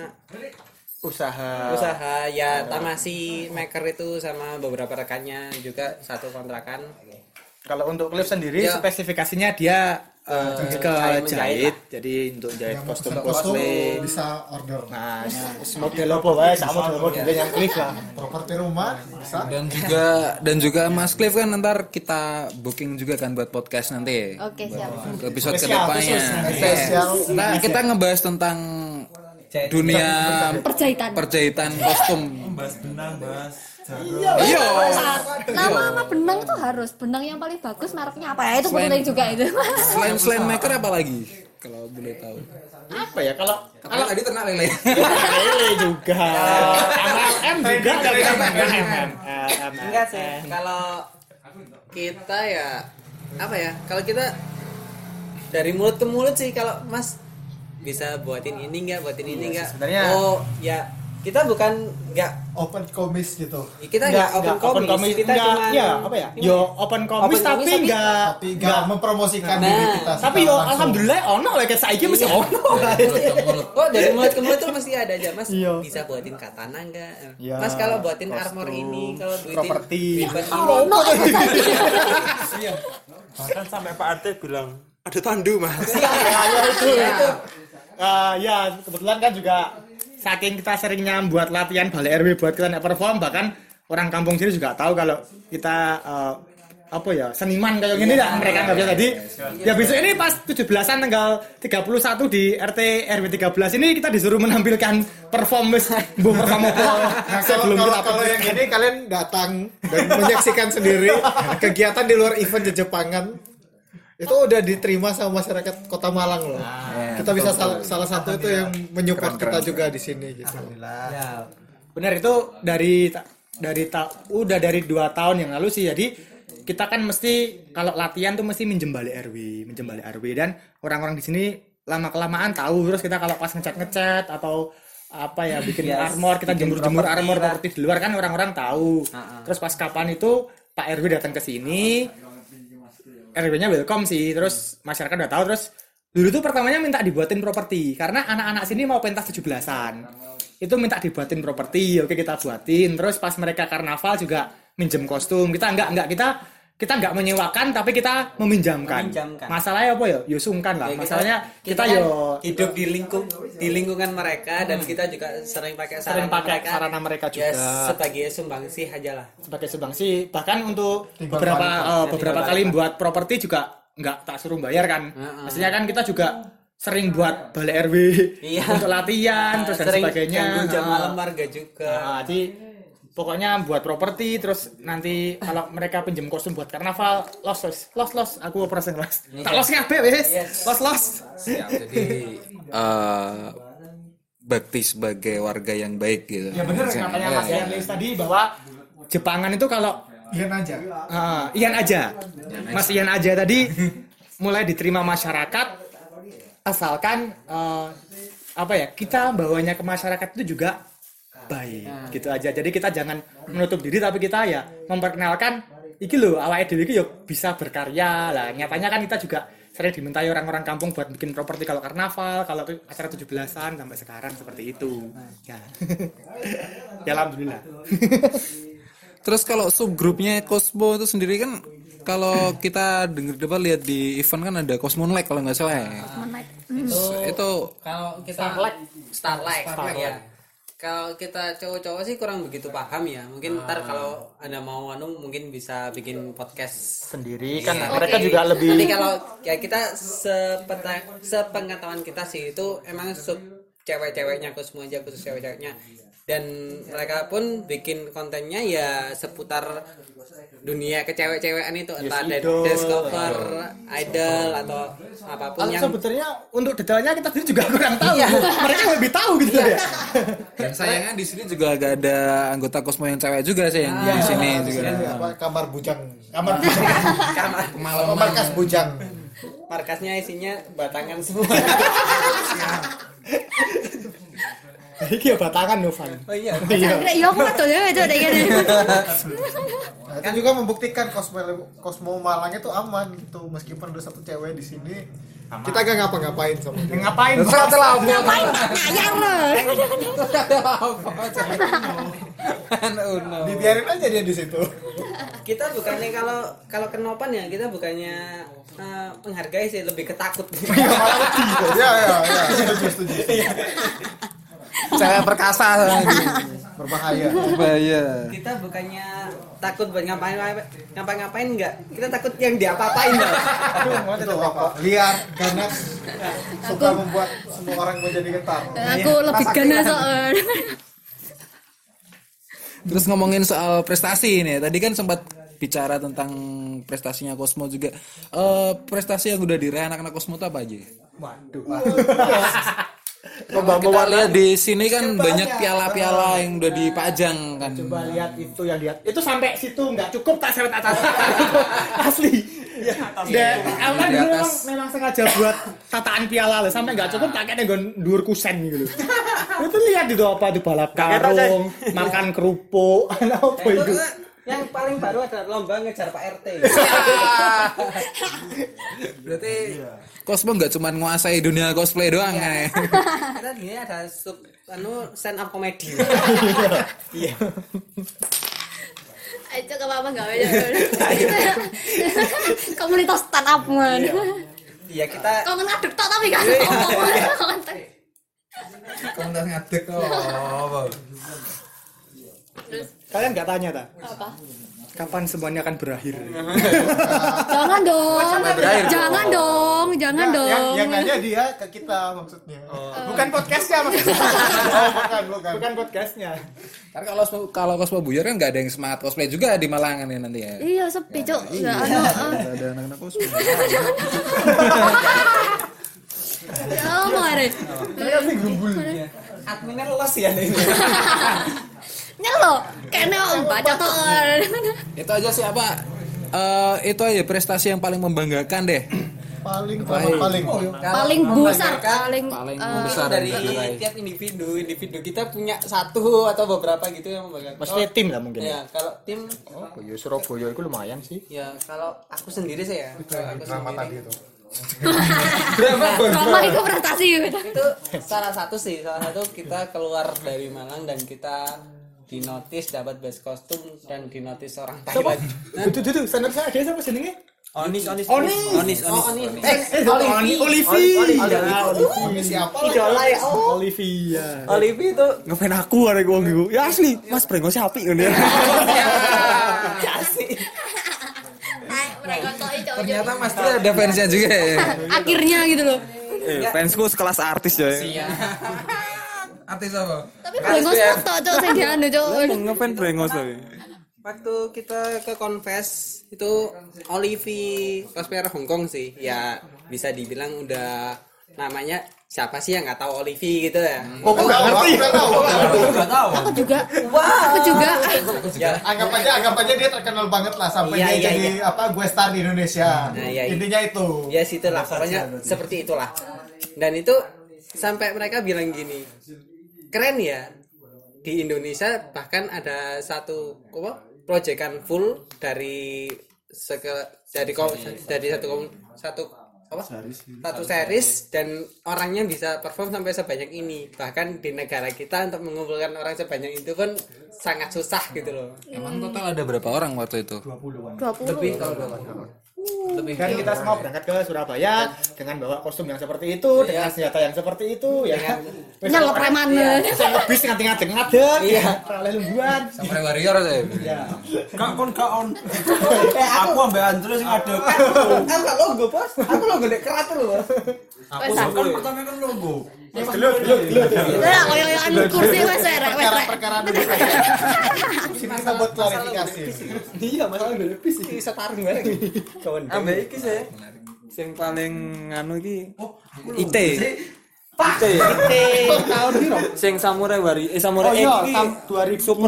usaha ya Tamasi Maker itu sama beberapa rekannya juga satu kontrakan. Kalau untuk Cliff sendiri Ya. spesifikasinya dia ke menjahit jahit. Jadi untuk jahit kostum cosplay. Bisa order. Nah, model apa wae sama model yang Cliff lah. Properti rumah bisa. Dan juga Mas Cliff kan ntar kita booking juga kan buat podcast nanti. Oke, siap. Untuk episode Spesial, kedepannya. Spesial. Nah, kita ngebahas tentang dunia perjahitan kostum. Bahas benang, bahas Iya. Nama benang itu harus benang yang paling bagus mereknya apa ya itu penting juga itu. Selain maker apa lagi? Kalau boleh tahu. Apa ya kalau Tadi ternak lele. lele juga. MLM juga dari MLM. Enggak sih, kalau kita ya apa ya? Kalau kita dari mulut ke mulut sih kalau Mas bisa buatin ini enggak, buatin ini enggak. sebenarnya- Oh, ya kita bukan nggak open komis gitu. kita nggak open komis, kita enggak, cuma ya apa ya? Yo open komis tapi enggak Tapi nggak mempromosikan diri kita. tapi yo alhamdulillah ono lek saiki mesti ono. Oh dari mulut ke mulut tuh mesti ada aja mas. Iya. Bisa buatin katana enggak? Iya. Mas kalau buatin armor ini, kalau buatin properti. ribet Iya. Bahkan sampai Pak Arte bilang ada tandu mas. itu. Ya kebetulan kan juga saking kita seringnya buat latihan balai RW buat kita naik perform, bahkan orang kampung sini juga tahu kalau kita apa ya seniman kayak gini lah, mereka nggak bisa. Jadi ya besok ini pas 17-an tanggal 31 di RT RW 13 ini kita disuruh menampilkan performance perform sebelum kita Kalau yang ini kalian datang dan menyaksikan sendiri kegiatan di luar event Jepangan itu udah diterima sama masyarakat Kota Malang loh. Kita bisa salah satu itu yang menyupport kita juga di sini gitu. ya benar itu dari udah dari 2 tahun yang lalu sih. Jadi kita kan mesti kalau latihan tuh mesti minjem balai RW dan orang-orang di sini lama kelamaan tahu. Terus kita kalau pas ngecat atau apa ya bikin armor, kita jemur armor properti di luar kan orang-orang tahu. Terus pas kapan itu Pak RW datang ke sini, RW-nya welcome sih. Terus masyarakat udah tahu. Terus dulu tuh pertamanya minta dibuatin properti karena anak-anak sini mau pentas 17-an. Itu minta dibuatin properti, oke kita buatin. Terus pas mereka karnaval juga minjem kostum. Kita enggak menyewakan tapi kita meminjamkan. Masalahnya apa ya? Yo sungkan lah. Masalahnya kita yo hidup di lingkungan mereka dan kita juga sering pakai sarana mereka juga. Ya, sebagai sumbangsih aja lah. Sebagai sumbangsih, bahkan untuk beberapa kali buat properti juga enggak tak suruh bayar kan. Maksudnya kan kita juga sering buat balai RW untuk latihan terus dan sebagainya. Jam malam warga juga. Jadi pokoknya buat properti terus nanti kalau mereka pinjam kostum buat karnaval los aku operasi los tak los kabeh wis los Siap, jadi bakti sebagai warga yang baik gitu. ya bener katanya Mas Yanlis tadi bahwa Jepangan itu kalau Ian aja Mas Ian aja tadi mulai diterima masyarakat asalkan apa ya kita bawanya ke masyarakat itu juga baik gitu aja. Jadi kita jangan menutup diri tapi kita ya memperkenalkan iki lho awake dhewe iki ya bisa berkarya lah. Nyatanya kan kita juga sering dimintai orang-orang kampung buat bikin properti kalau karnaval, kalau acara 17-an sampai sekarang seperti itu. Ya. Ya alhamdulillah. Terus kalau subgrupnya Cosmo itu sendiri kan kalau kita dengar lihat di event kan ada Cosmonlight kalau nggak salah ya. Itu Kalau kita Starlight. Ya. Kalau kita cowok-cowok sih kurang begitu paham ya. Mungkin ntar kalau Anda mau mungkin bisa bikin podcast Sendiri kan mereka juga lebih. Tapi kalau ya kita sepengetahuan kita sih itu emang sub cewek-ceweknya Cosmo aja, khusus cewek-ceweknya. Dan mereka pun bikin kontennya ya seputar dunia kecewek-cewekan itu, entah dance cover, idol atau apapun yang sebetulnya untuk detailnya kita sendiri juga kurang tahu. Mereka lebih tahu gitu ya. dan sayangnya di sini juga agak ada anggota Cosmo yang cewek juga sih yang di sini juga. Kamar bujang. Markas bujang. markasnya isinya batangan semua. Iki ya batangan Novan. Oh iya. Ya aku betul ya itu deh gini. Nah, itu juga membuktikan Cosmo Malang itu aman gitu, meskipun ada satu cewek di sini. Aman. Kita gak ngapa-ngapain sama dia. Ngapain? Ngapain? Ngayar loh. Dibiarin aja dia di situ. Kita bukannya kalau kenopan ya, kita bukannya menghargai sih, lebih ketakut. Ya, setuju. Saya perkasa Berbahaya. Kita bukannya takut buat ngapain enggak. Kita takut yang diapa-apain enggak. Itu apa? Liar, ganas, suka membuat semua orang menjadi getar. Aku lebih ganas soal. Terus ngomongin soal prestasi nih, tadi kan sempat bicara tentang prestasinya Cosmo juga. Prestasi yang udah diraih anak-anak Cosmo itu apa aja? Waduh. Kita lihat di sini kan banyak piala-piala yang udah dipajang kan. Coba lihat itu yang lihat. Itu sampai situ nggak cukup tak seret atas. Asli. Aku kan dulu memang sengaja buat tataan piala loh, sampai nggak cukup pakai nenggon dhuwur kusen gitu loh. Itu lihat itu apa itu balap karung, makan kerupuk, apa itu. Yang paling baru ada lomba ngejar Pak RT. Berarti Cosmo nggak cuma nguasai dunia cosplay doang kan ya? Kita dia ada stand up comedy. Iya. Ayo ke apa enggak aja. Komunitas stand up man. Iya kita Kau ngaduk tok tapi kan. Komunitas ngadek oh. Kalian nggak tanya tak? Apa? Kapan semuanya akan berakhir? Jangan dong. Jangan dong. Jangan Yang dong. nanya dia ke kita maksudnya. Bukan podcastnya maksudnya. Bukan podcastnya. Karena kalau Cosmo buyar kan nggak ada yang semangat cosplay juga di Malang ini nanti ya. Iya sepi cuk. Enggak Nggak ada anak-anak cosplay. Oh, mare. adminnya lelas ya ini. Nyelo, kene baca tuh. Itu aja sih apa? Itu aja prestasi yang paling membanggakan deh. paling Paling besar, paling besar Dari tiap individu kita punya satu atau beberapa gitu yang membanggakan. Maksudnya tim lah mungkin. Ya, kalau tim Ya Surabaya itu lumayan sih. ya kalau aku sendiri sih ya. Kalau aku sendiri itu. Roma itu prestasi gitu. itu salah satu kita keluar dari Malang dan kita dinotis dapat best kostum dan dinotis orang Thailand. Itu standar saya ada siapa jenenge? Onis. Olivi. Siapa? Idola ya. Olivia. Olivi itu Ngefan aku arek wong iku. Ya asli, Mas Brengos apik ngono ya. kasih. Ternyata Mas Tri ada fansnya juga ya. Akhirnya gitu loh. Fansku sekelas artis ya. Artis apa? Tapi Brengos foto cok sing dianu cok. Ngefan Brengos tapi. Waktu kita ke Confess itu Olivi cosplayer Hongkong sih. Ya bisa dibilang udah namanya siapa sih yang nggak tahu Olivi gitu ya. Kok nggak ngerti? Aku juga. Aku juga. Ya, Anggap aja dia terkenal banget lah sampai Iya, dia iya, jadi apa gue star di Indonesia. Nah, iya, iya. Intinya itu. ya situlah pokoknya seperti itulah. Dan itu sampai mereka bilang gini, keren ya di Indonesia bahkan ada satu proyekan full dari satu series dan orangnya bisa perform sampai sebanyak ini. Bahkan di negara kita untuk mengumpulkan orang sebanyak itu pun sangat susah gitu loh. Emang total ada berapa orang waktu itu? 20. Lebih kalau 20. Lebih. Kan kita semua berangkat ke Surabaya dengan bawa kostum yang seperti itu, dengan senjata yang seperti itu ya. Nyelok preman. Saya lebih ngadeg-ngadeg. Iya. Oleh lumbuan. Samurai Warrior saya. Ya. Kak on. Aku ambek Andro sing ada. Aku logo bos, aku logo dek keraton loh. Aku kan pertama kan logo. Lah koyo-koyoan kursi wes rek. Perkara dulu. Sini kita buat klarifikasi. Iya, masalah lebih sih. Bisa tarung bareng. Kawan. Ambek iki sih. Sing paling nganu iki. IT. Tahun piro? Sing Samurai Samurai iki 2000 super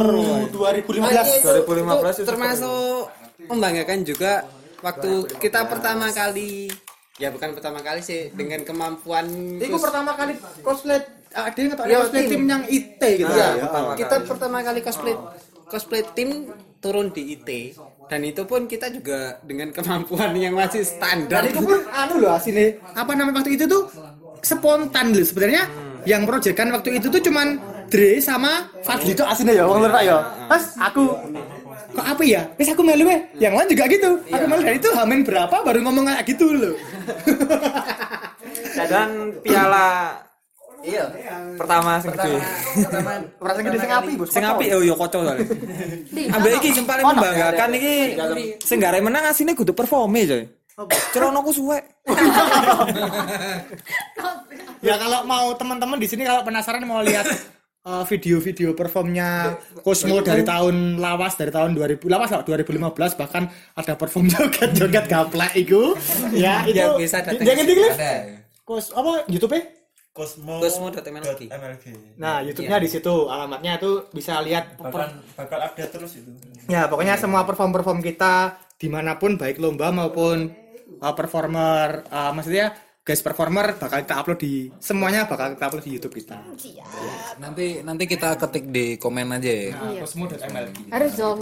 2015 itu termasuk membanggakan juga waktu kita pertama kali, ya bukan pertama kali sih, dengan kemampuan Itu pertama kali cosplay ada yang tahu Ya, cosplay tim. tim yang IT gitu Iya, ya. kita pertama kali cosplay tim turun di IT dan itu pun kita juga dengan kemampuan yang masih standar. Dan itu pun anu loh asine. Apa namanya waktu itu tuh spontan loh sebenarnya. Yang proyekan waktu itu tuh cuman Dre sama Fadli tuh asine ya wong lurah ya. Pas aku kok apa ya? Wis aku melu weh. Yang lain juga gitu. Aku melu dari itu hamin berapa baru ngomong kayak gitu loh. dan piala Iya. pertama sing gede. Merasa gede sing api, Bos. Sing apik yo kocok soalnya. Ambek iki sing paling membanggakan iki sing gare menang asine kudu performe coy. Ceronoku suwek. Ya kalau mau teman-teman di sini kalau penasaran mau lihat video-video performnya Cosmo dari tahun 2015 bahkan ada perform joget gaplek itu ya itu Ya, bisa datang jangan ke di Ada. apa YouTube Cosmo.mlg. nah YouTube-nya di situ alamatnya itu bisa lihat bakal update terus itu. ya pokoknya semua perform kita dimanapun baik lomba maupun performer, maksudnya guys performer bakal kita upload semuanya bakal kita upload di YouTube kita. Nanti kita ketik di komen aja ya. Cosmo.mlg. Harus dong.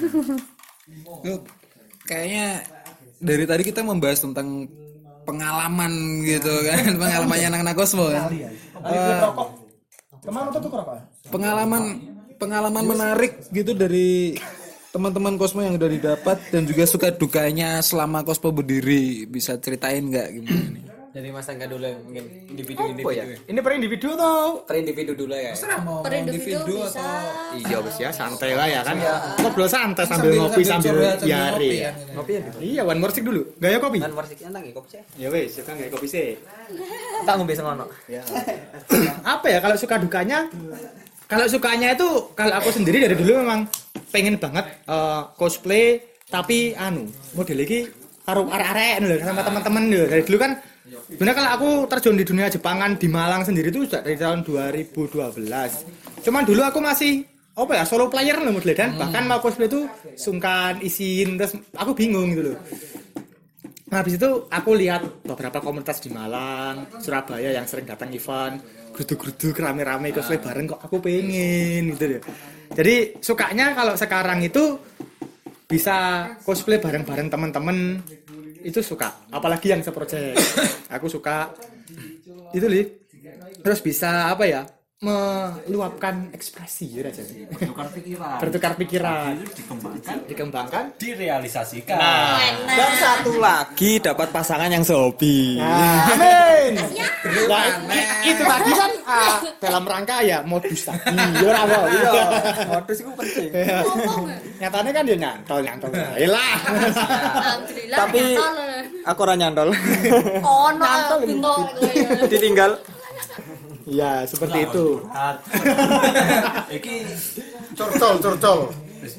Kayaknya dari tadi kita membahas tentang pengalaman gitu kan, pengalamannya anak-anak Cosmo kan. Kemana tuh rokok? Pengalaman menarik gitu dari teman-teman Cosmo yang udah didapat dan juga suka dukanya selama Cosmo berdiri, bisa ceritain nggak gimana nih? Dari Mas Angga dulu ya, mungkin individu Ya? Ini per individu atau? per individu dulu ya. Per individu bisa. Iya wes ya, santai lah ya kan. Ngobrol santai sambil ngopi sambil diare. Ngopi ya? Iya, one more sip dulu. Gaya kopi. Kan warsik nang kopi sih. Ya wes, kan gaya kopi sih. Tak ngombe sengono. Apa ya kalau suka dukanya? Kalau sukanya itu kalau aku sendiri dari dulu memang pengen banget cosplay tapi model iki karo arek-arek lho sama teman-teman lho. Dari dulu kan sebenarnya kalau aku terjun di dunia Jepangan di Malang sendiri itu sudah dari tahun 2012. Cuman dulu aku masih solo player loh model dan bahkan mau cosplay itu sungkan izin terus aku bingung gitu loh. Nah, habis itu aku lihat beberapa komunitas di Malang, Surabaya yang sering datang event, geruduk-geruduk rame-rame cosplay bareng kok aku pengen gitu deh. Jadi sukanya kalau sekarang itu bisa cosplay bareng-bareng teman-teman itu suka, apalagi yang seproject. Aku suka itu terus bisa meluapkan ekspresi aja. Bertukar pikiran. Dikembangkan, direalisasikan. Dan satu lagi dapat pasangan yang sehobi. Amin. Nah, itu tadi kan dalam rangka ya modus tadi. Iya, Modus itu penting. nyatanya kan dia nyantol. Lah. Alhamdulillah. Tapi aku ora nyantol. Nyantol bingung. Ditinggal. Ya, seperti itu. Iki Curcol.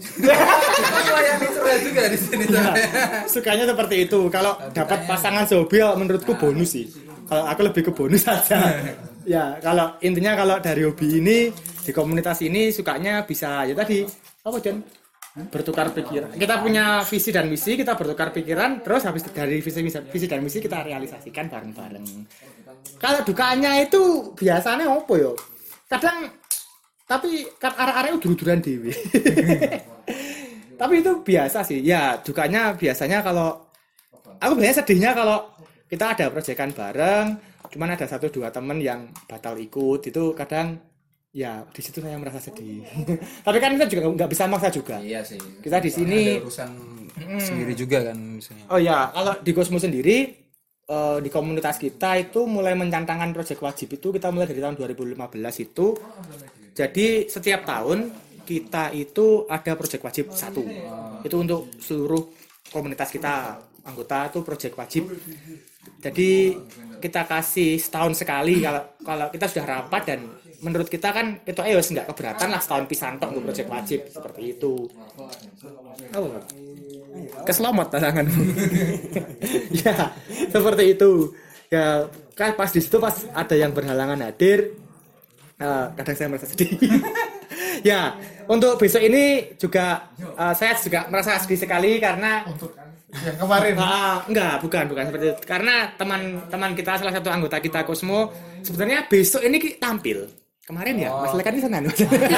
juga di sini. Sukanya seperti itu. Kalau dapat pasangan sehobi menurutku bonus sih. Kalau aku lebih ke bonus saja. Ya, kalau intinya kalau dari hobi ini di komunitas ini sukanya bisa ya tadi bertukar pikiran. Kita punya visi dan misi, kita bertukar pikiran, terus habis dari visi dan misi kita realisasikan bareng-bareng. Kalau dukanya itu biasanya kadang tapi arek-arek udur-uduran dewe. Tapi itu biasa sih. Ya, dukanya biasanya kalau aku biasanya sedihnya kalau kita ada proyekan bareng, cuman ada 1-2 teman yang batal ikut, itu kadang ya di situ saya merasa sedih. Tapi kan kita juga nggak bisa maksa juga. Iya sih. Kita di sini ada urusan sendiri juga kan misalnya. Oh ya, kalau di Cosmo sendiri di komunitas kita itu mulai mencantangkan proyek wajib itu kita mulai dari tahun 2015 itu. Jadi setiap tahun kita itu ada proyek wajib satu. Itu untuk seluruh komunitas kita, anggota itu proyek wajib. Jadi kita kasih setahun sekali kalau kita sudah rapat dan menurut kita kan itu nggak keberatan lah setahun pisan tok untuk proyek wajib seperti itu. Keselamat tanganmu. Ya, seperti itu. Ya, kan pas di situ pas ada yang berhalangan hadir, kadang saya merasa sedih. Ya, untuk besok ini juga saya juga merasa sedih sekali karena Untuk yang kemarin. bukan seperti itu. Karena teman kita salah satu anggota kita Cosmo sebenarnya besok ini tampil. Kemarin ya, Mas Lekan di sana.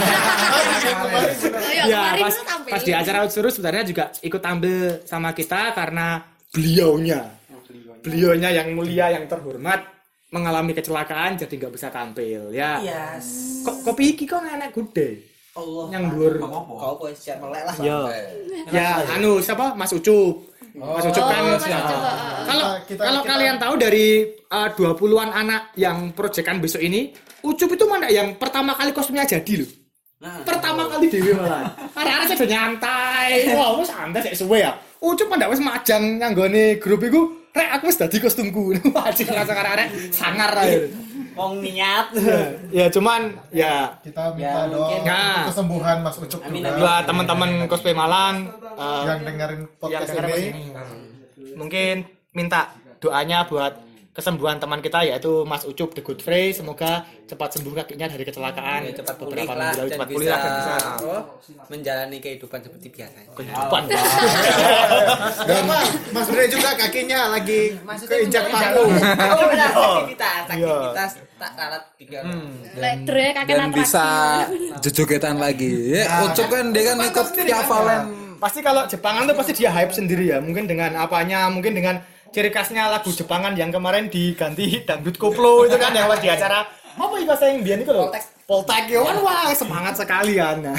Ya, pas di acara Outsurus sebenarnya juga ikut tampil sama kita karena beliaunya yang mulia yang terhormat mengalami kecelakaan jadi nggak bisa tampil ya. Yes. Kopi iki kok enak gede. Allah. Yang dhuwur. Kau kok siap melek lah. Ya, siapa? Mas Ucup. Mas Ucup kan. Kalau kalian tahu dari 20-an anak yang proyekan besok ini, Ucup itu mana yang pertama kali kostumnya jadi loh. Pertama kali dewe malah. Arek-arek sudah nyantai. Wah, wis santai sik suwe ya. Ucup ndak wis majang nyanggone grup iku, rek aku wis dadi kostumku. Wah, rasa arek-arek sangar ae. Wong niat. Ya cuman ya Kita minta doa kesembuhan Mas Ucup juga. buat teman-teman cosplay Malang Yang dengerin podcast yang dengerin ini. Mungkin minta doanya buat kesembuhan teman kita yaitu Mas Ucup The Good Frey, semoga cepat sembuh kakinya dari kecelakaan. Ya, cepat pulih beberapa lah minggu lalu, dan cepat pulih lah dan bisa menjalani kehidupan seperti biasa. kehidupan. Dan Mas Bre juga kakinya lagi keinjak paku. aktivitas tak ralat tiga. Ledre kakek Dan bisa jojogetan lagi. Ya, Ucup kan dia kan ikut Kiavalen. Pasti kalau Jepangan tuh pasti dia hype sendiri ya, mungkin dengan apanya, mungkin dengan ciri khasnya lagu Jepangan yang kemarin diganti dangdut koplo itu kan yang di acara apa itu bahasa yang biar itu loh Poltek ya kan, wah semangat sekali ya. Nah.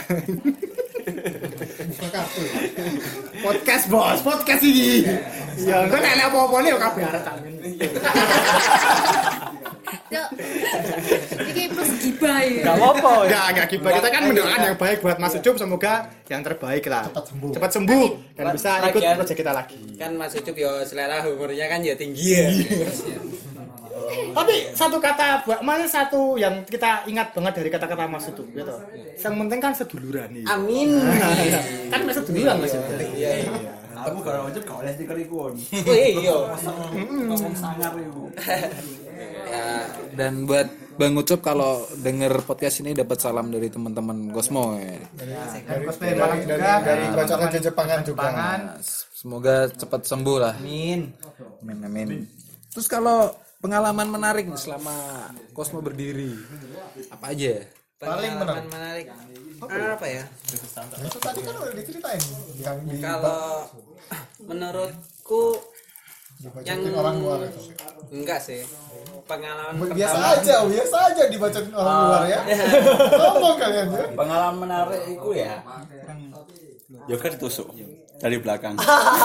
Podcast bos, podcast ini ya kan enak apa-apa nih kabeh arek tangan. Yuk. Iki plus gibah ya. Gak apa-apa. Enggak gibah. Kita kan mendoakan yang baik buat Mas Ucup, semoga yang terbaik lah. Cepat sembuh dan bisa ikut proyek kita lagi. Kan Mas Ucup ya selera humornya kan ya tinggi ya. Tapi satu kata buat mana satu yang kita ingat banget dari kata-kata Mas Ucup gitu. Yang penting kan seduluran nih. Amin. Kan Mas seduluran Mas. Iya. Aku kalau Ucup gak oleh stiker ikon. Oh iya. Ngomong sangar itu. Ya, dan buat Bang Ucup kalau denger podcast ini dapat salam dari teman-teman Cosmo ya. Dari bacokan Jepangan juga. Semoga cepat sembuh lah. Amin. Amin. Terus kalau pengalaman menarik nih selama Cosmo berdiri apa aja? Paling menarik. Apa ya? Itu tadi kan udah diceritain yang di Kalau menurutku yang orang luar itu. enggak sih. Pengalaman Biasa aja dibaca orang luar ya. Ngomong kalian ya. Pengalaman menarik itu ya. Yoga ditusuk dari belakang.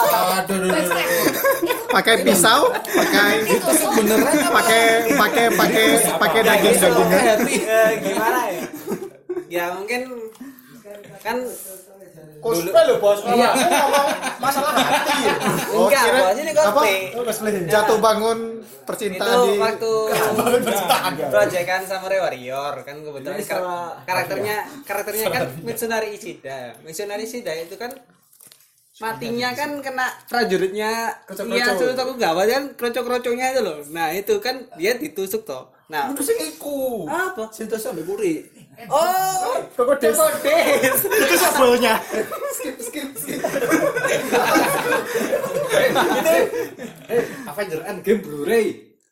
Pakai pisau, ditusuk beneran pakai dagingnya. Gimana ya? Ya mungkin kan Cosplay lo bos. Iya. Masalah hati. enggak, bos ini cosplay. Jatuh bangun percintaan Itu di waktu proyekan Samurai Warrior kan kebetulan karakternya kan Mitsunari Ishida. Mitsunari Ishida itu kan matinya kan kena prajuritnya. Iya, aku gawat kan krocok-krocoknya itu loh. Nah, itu kan dia ditusuk toh. Nah, Tusuk iku. apa? Sintos sampe kuri. Oh, Kokodes. Itu sebelnya. skip. Avenger Endgame Blu-ray.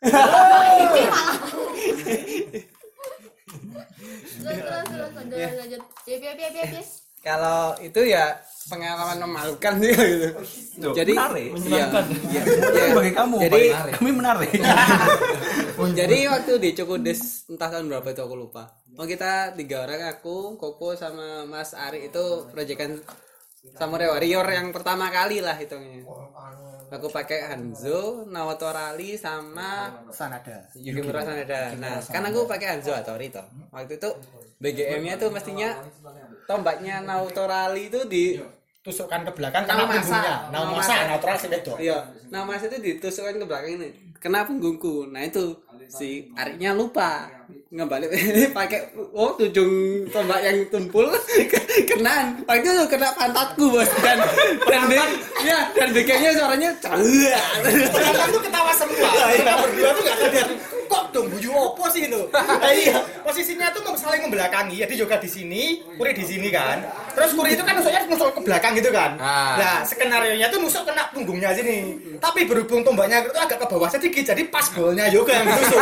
Lanjut. Biar. kalau itu ya pengalaman memalukan sih gitu. Jadi menyenangkan. Iya. Bagi kamu, Jadi kami menarik. Jadi waktu di Cokodes entah tahun berapa itu aku lupa. Kita 3 orang, aku, Koko sama Mas Ari itu proyekan Samurai Warrior yang pertama kali lah hitungnya. Aku pakai Hanzo, Naoto Rally sama Sanada. Yukimura Sanada. Nah, kan aku pakai Hanzo Hattori toh. Waktu itu BGM-nya tuh mestinya tombaknya Naoto Rally itu Tusukkan ke belakang karena punggungnya. Naomasa, natural sih bedo. Iya, nama saya itu ditusukkan ke belakang ini. Kena punggungku. Nah itu si Ariknya lupa ngebalik pakai ujung tombak yang tumpul kena. Waktu itu kena pantatku bos dan BG-nya suaranya celuak. Kan tuh ketawa semua. Kita berdua tuh enggak sadar. Kok dong buju opo sih itu? Iya, posisinya tuh saling membelakangi. Jadi juga di sini, Kuri di sini kan. Terus Kuri itu kan nusuk ke belakang gitu kan. Nah, skenario-nya tuh nusuk kena punggungnya sini. Tapi berhubung tombaknya itu agak ke bawah sedikit, jadi pas golnya juga yang ditusuk.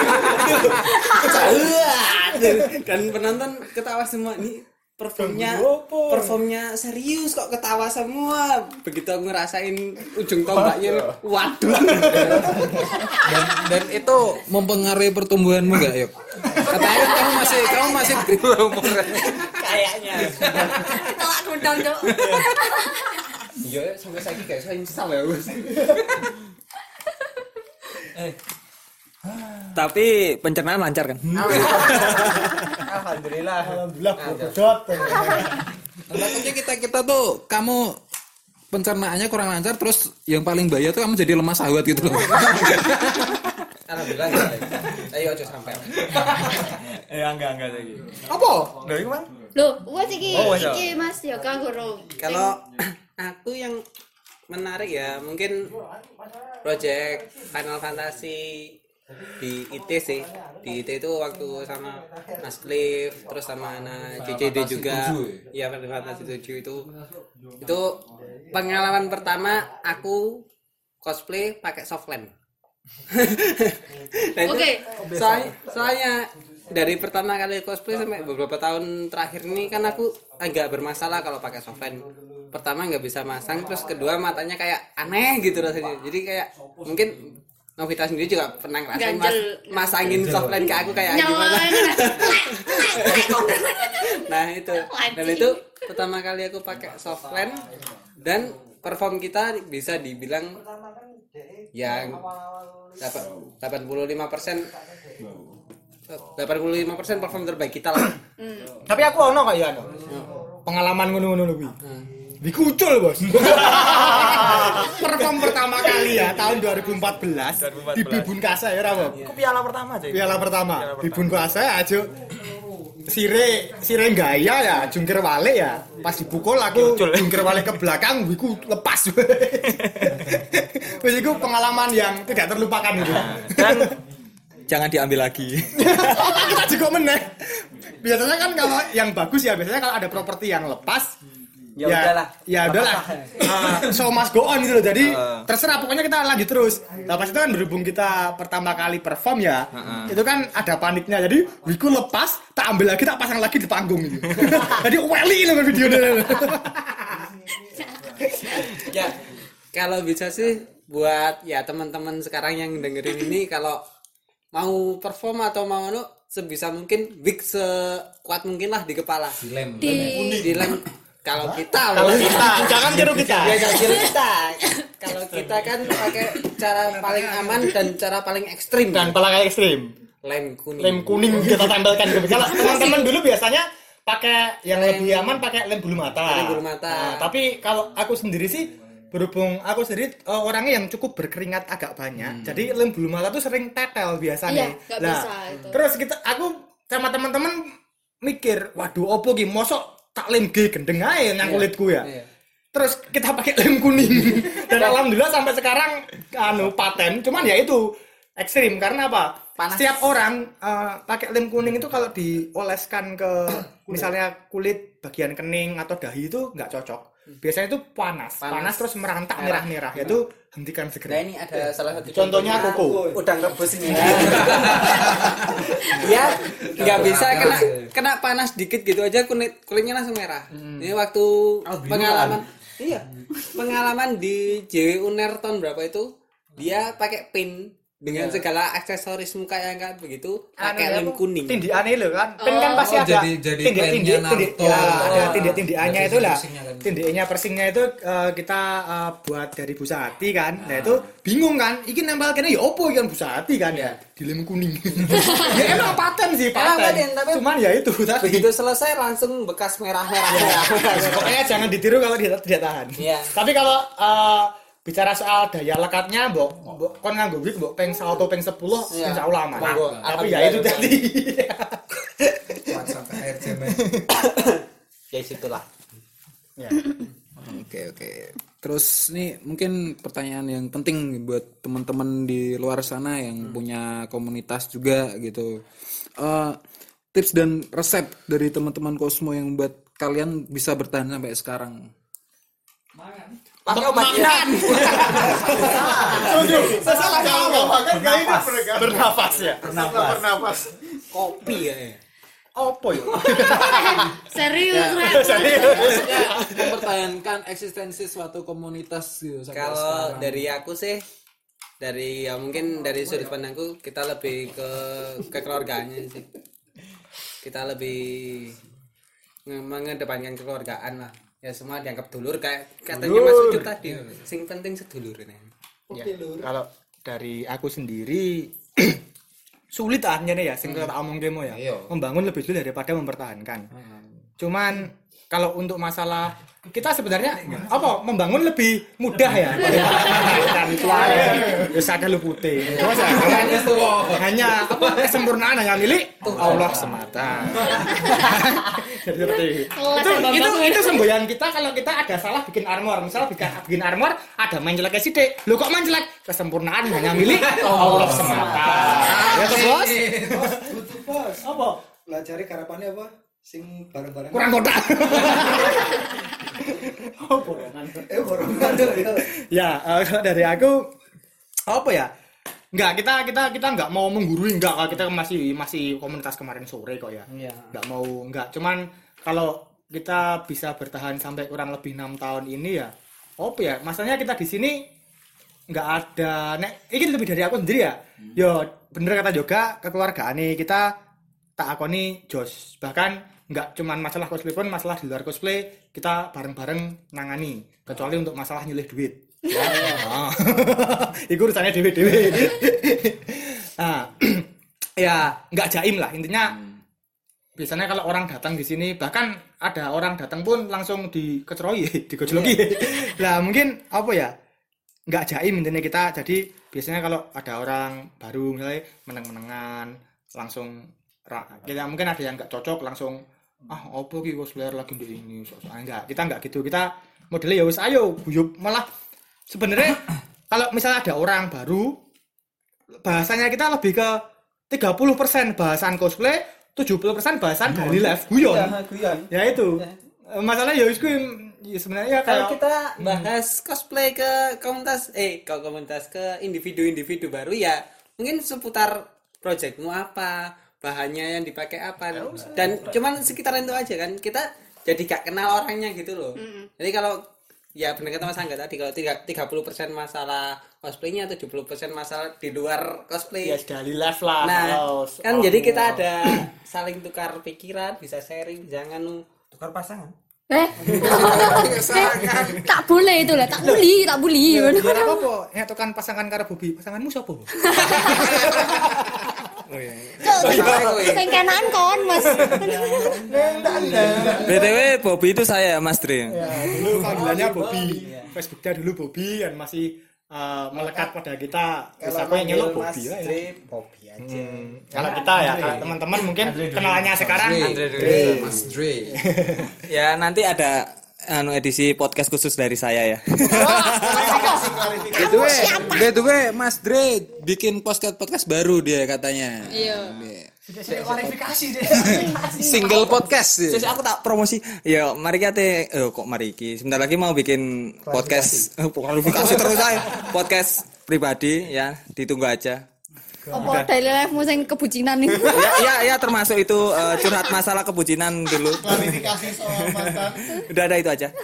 Dan penonton ketawa semua. Ini performnya serius kok ketawa semua. Begitu aku ngerasain ujung tombaknya, waduh. Dan itu mempengaruhi pertumbuhanmu nggak, Yok? Katanya kamu masih berdua umurnya. Kayaknya. Telak kundang, Cok. Iya, sampai saiki kayak saya nyesal ya, Bos. Tapi pencernaan lancar kan? Alhamdulillah. Bodot. Takutnya kita tuh kamu pencernaannya kurang lancar, terus yang paling bahaya tuh kamu jadi lemah syahwat gitu loh. Alhamdulillah. Ayo aja sampai. Enggak lagi. Apa? Dari mana? Loh, wes iki Mas Yoga gurung. Kalau aku yang menarik ya mungkin project Final Fantasy di IT sih. Di IT itu waktu sama Mas Cliff, terus sama anak JJD juga. Iya, Fantasi 7 itu pengalaman pertama aku cosplay pakai softland. Oke. Soalnya dari pertama kali cosplay sampai beberapa tahun terakhir ini kan aku agak bermasalah kalau pakai softland. Pertama nggak bisa masang, terus kedua matanya kayak aneh gitu rasanya. Jadi kayak mungkin Novita sendiri juga pernah ngerasain masangin softline ke aku kayak gimana. Nah itu, dan itu pertama kali aku pakai softline dan perform kita bisa dibilang yang 85% perform terbaik kita lah. Tapi aku ono kok ya pengalaman ngono-ngono lebih. Dikucul bos. Perform pertama kali ya tahun 2014 di Bibun Kasa ya Rabu. Itu piala pertama aja. Piala pertama. Bibun Kasa aja sire gaya ya jungkir balik ya. Pas dipukul aku jungkir balik ke belakang wiku lepas. Terus itu pengalaman yang tidak terlupakan itu. Dan jangan diambil lagi. Kita juga meneh. Biasanya kan kalau yang bagus ya biasanya kalau ada properti yang lepas Ya udahlah. Ya udahlah. So must go on gitu loh. Jadi terserah pokoknya kita lanjut terus. Nah pas itu kan berhubung kita pertama kali perform ya, itu kan ada paniknya. Jadi wiku lepas, tak ambil lagi, tak pasang lagi di panggung gitu. Jadi weli loh videonya. Ya, kalau bisa sih buat ya teman-teman sekarang yang dengerin ini kalau mau perform atau mau sebisa mungkin wig sekuat mungkin lah di kepala. Di lem. Kalau kita Jangan tiru kita. Ya jangan tiru kita. Kalau kita kan pakai cara paling aman dan cara paling ekstrim. Dan paling ekstrim. Lem kuning kita tempelkan ke. Kalau teman-teman dulu biasanya pakai yang lebih aman pakai lem bulu mata. Nah, tapi kalau aku sendiri sih berhubung aku sendiri orangnya yang cukup berkeringat agak banyak. Jadi lem bulu mata tuh sering tetel biasanya. Iya, bisa itu. Terus aku sama teman-teman mikir, waduh opo ki mosok tak lem gendeng aja nang kulitku ya. Terus kita pakai lem kuning. Dan alhamdulillah sampai sekarang paten. Cuman ya itu ekstrim karena apa? Panas. Setiap orang pakai lem kuning itu kalau dioleskan ke misalnya kulit bagian kening atau dahi itu nggak cocok. Biasanya itu panas terus merantak merah-merah. Yaitu hentikan segera. Nah ini ada salah satu contohnya koko. Udang rebus ini. Ya nggak bisa kena panas dikit gitu aja kulitnya langsung merah. Ini waktu pengalaman di JW Uner tahun berapa itu dia pakai pin dengan segala aksesoris muka yang kan begitu pakai lem kuning. Tindiannya loh kan. Pin kan pasti ada. Jadi pennya Naruto. Ada tindik-tindiannya itu lah. Tindiannya persingnya itu kita buat dari busa hati kan. Nah itu bingung kan. Iki nempel kene ya opo ikan busa hati kan ya. Di lem kuning. Ya emang paten sih paten. Tapi cuman ya itu tadi. Begitu selesai langsung bekas merah-merah. Pokoknya jangan ditiru kalau tidak tahan. Tapi kalau bicara soal daya lekatnya, mbok kon nganggo wig mbok peng 1 peng 10 insyaallah aman. Tapi ya itu tadi. Sampai air cemen. Ya situlah. Ya. Oke. Terus nih mungkin pertanyaan yang penting buat teman-teman di luar sana yang punya komunitas juga gitu. Tips dan resep dari teman-teman Cosmo yang buat kalian bisa bertahan sampai sekarang. Pakai obat makan. Salah kalau makan gak ini bernafas ya. Bernafas. Kopi ya. Apa ya? Serius. Mempertahankan eksistensi suatu komunitas gitu. Kalau dari aku sih mungkin dari sudut pandangku kita lebih ke keluarganya sih. Kita lebih mengedepankan kekeluargaan lah. Ya semua dianggap dulur kayak katanya Mas Ucup tadi. Sing penting sedulur ini. Ya, kalau dari aku sendiri sulit akhirnya ya sing tak omong demo ya. Membangun lebih dulu daripada mempertahankan. Cuman kalau untuk masalah kita sebenarnya membangun lebih mudah ya. kan itu aja. Wis akeh lupute. Hanya apa kesempurnaan hanya milik Allah semata. Jadi itu semboyan kita kalau kita ada salah bikin armor. Misal bikin armor ada menjelek sithik. Lho kok menjelek? Kesempurnaan hanya milik Allah semata. Ya toh, Bos? Bos, apa? Pelajari karapannya apa? Sing bareng-bareng. Kurang kotak. Borongan. Ya, kalau dari aku apa ya? Enggak, kita enggak mau menggurui, enggak, kita masih komunitas kemarin sore kok ya. Iya. Enggak mau, enggak. Cuman kalau kita bisa bertahan sampai kurang lebih 6 tahun ini ya. Apa ya? Masalahnya kita di sini enggak ada ini lebih dari aku sendiri ya. Yo, bener kata Yoga, kekeluargaan nih kita tak akoni jos. Bahkan enggak cuman masalah cosplay pun, masalah di luar cosplay kita bareng-bareng nangani. Kecuali untuk masalah nyilih duit. Ya. Iku urusannya dewe-dewe. Nah, ya enggak jaim lah intinya. Biasanya kalau orang datang di sini, bahkan ada orang datang pun langsung dikeceroyi, digojloki. Lah mungkin apa ya? Enggak jaim intinya kita. Jadi biasanya kalau ada orang baru misalnya meneng-menengan langsung kita mungkin ada yang enggak cocok langsung opo ki cosplayer lagi di ini. Enggak, kita enggak gitu. Kita modelnya ya wis ayo guyub, malah sebenarnya kalau misalnya ada orang baru bahasanya kita lebih ke 30% bahasan cosplay, 70% bahasan dari live guyon. Ya itu. Masalahnya ya wis sebenarnya kalau kita bahas cosplay ke komunitas ke individu-individu baru ya mungkin seputar projectmu apa, bahannya yang dipakai apa, dan cuman sekitaran itu aja kan, kita jadi gak kenal orangnya gitu loh. Jadi kalau ya benar kata Mas Angga tadi, kalau 30% masalah cosplaynya, 70% masalah di luar cosplay. Ya dari live lah. Nah, kan jadi kita ada saling tukar pikiran, bisa sharing, jangan Tukar pasangan. Tak boleh itu lah, tak bully. Biar apa? Ya tukan pasangan karo Bobi. Pasanganmu sapa? Sing kenaan kon, Mas. BTW Bobby itu saya, Mas Dre. Ya, dulu panggilannya Bobi. Facebooknya dulu Bobi dan masih melekat pada kita. Siapa yang nyelok Bobi lah ya. Bobi aja. Kalau kita ya, kalau teman-teman mungkin kenalannya sekarang Mas Dre. Ya nanti ada edisi podcast khusus dari saya ya. By the way, Mas Dre bikin podcast baru dia katanya. Iya. Klarifikasi deh. Single podcast. Terus aku tak promosi. Ya, mari kita sebentar lagi mau bikin podcast kualifikasi terus saya. Podcast pribadi ya, ditunggu aja. Apa daily life-mu sing kebucinan nih? Ya termasuk itu curhat masalah kebucinan dulu. Klarifikasi soal mantan. Udah ada itu aja.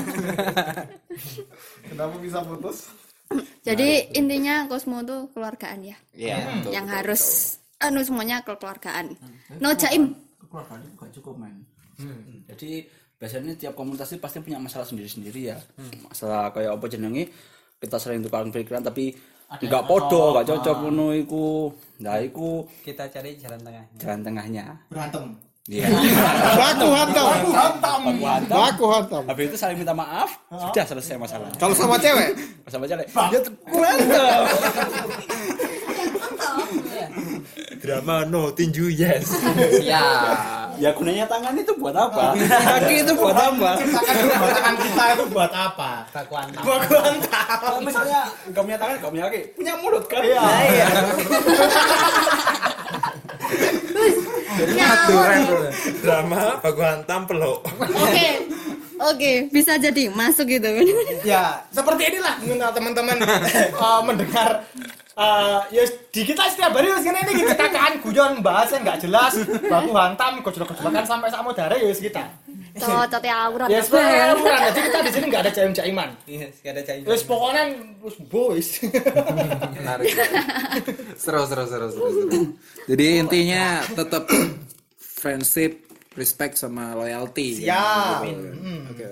Kenapa bisa putus? Jadi intinya Cosmo tuh keluargaan ya. Iya. Yang harus semuanya kekeluargaan. No jaim. Keluarga itu bukan cukup, men. Jadi biasanya tiap komunitas itu pasti punya masalah sendiri-sendiri ya. Masalah kayak apa jenenge, kita sering tukar pikiran tapi enggak podo, enggak cocok ngono iku. Nah, iku kita cari jalan tengahnya. jalan tengahnya. Berantem. Iya. Baku hantam. Habis itu saling minta maaf, sudah selesai masalah. Kalau sama cewek? Sama cewek. Ya berantem. Drama no tinju yes. Ya. Ya gunanya tangan itu buat apa? Kaki itu buat apa? Tangan kita itu buat apa? Baku hantam. Kalau misalnya enggak punya tangan, enggak punya kaki, punya mulut kan? Iya. Drama baku hantam peluk. Oke, bisa jadi masuk gitu. Ya, seperti inilah mungkin teman-teman mendengar ya di kita setiap hari wis ngene iki kekakaan guyon bahasa enggak jelas, baku hantam, gojlok-gojlokan sampai sak modare ya wis kita. Cocot ya aurat. Ya sebenarnya ukuran, jadi kita di sini enggak ada jaim-jaiman. Iya, enggak ada jalan. Wis pokoknya wis boys. Menarik. Seru. Jadi intinya tetap friendship, respect sama loyalty. Ya. Oke.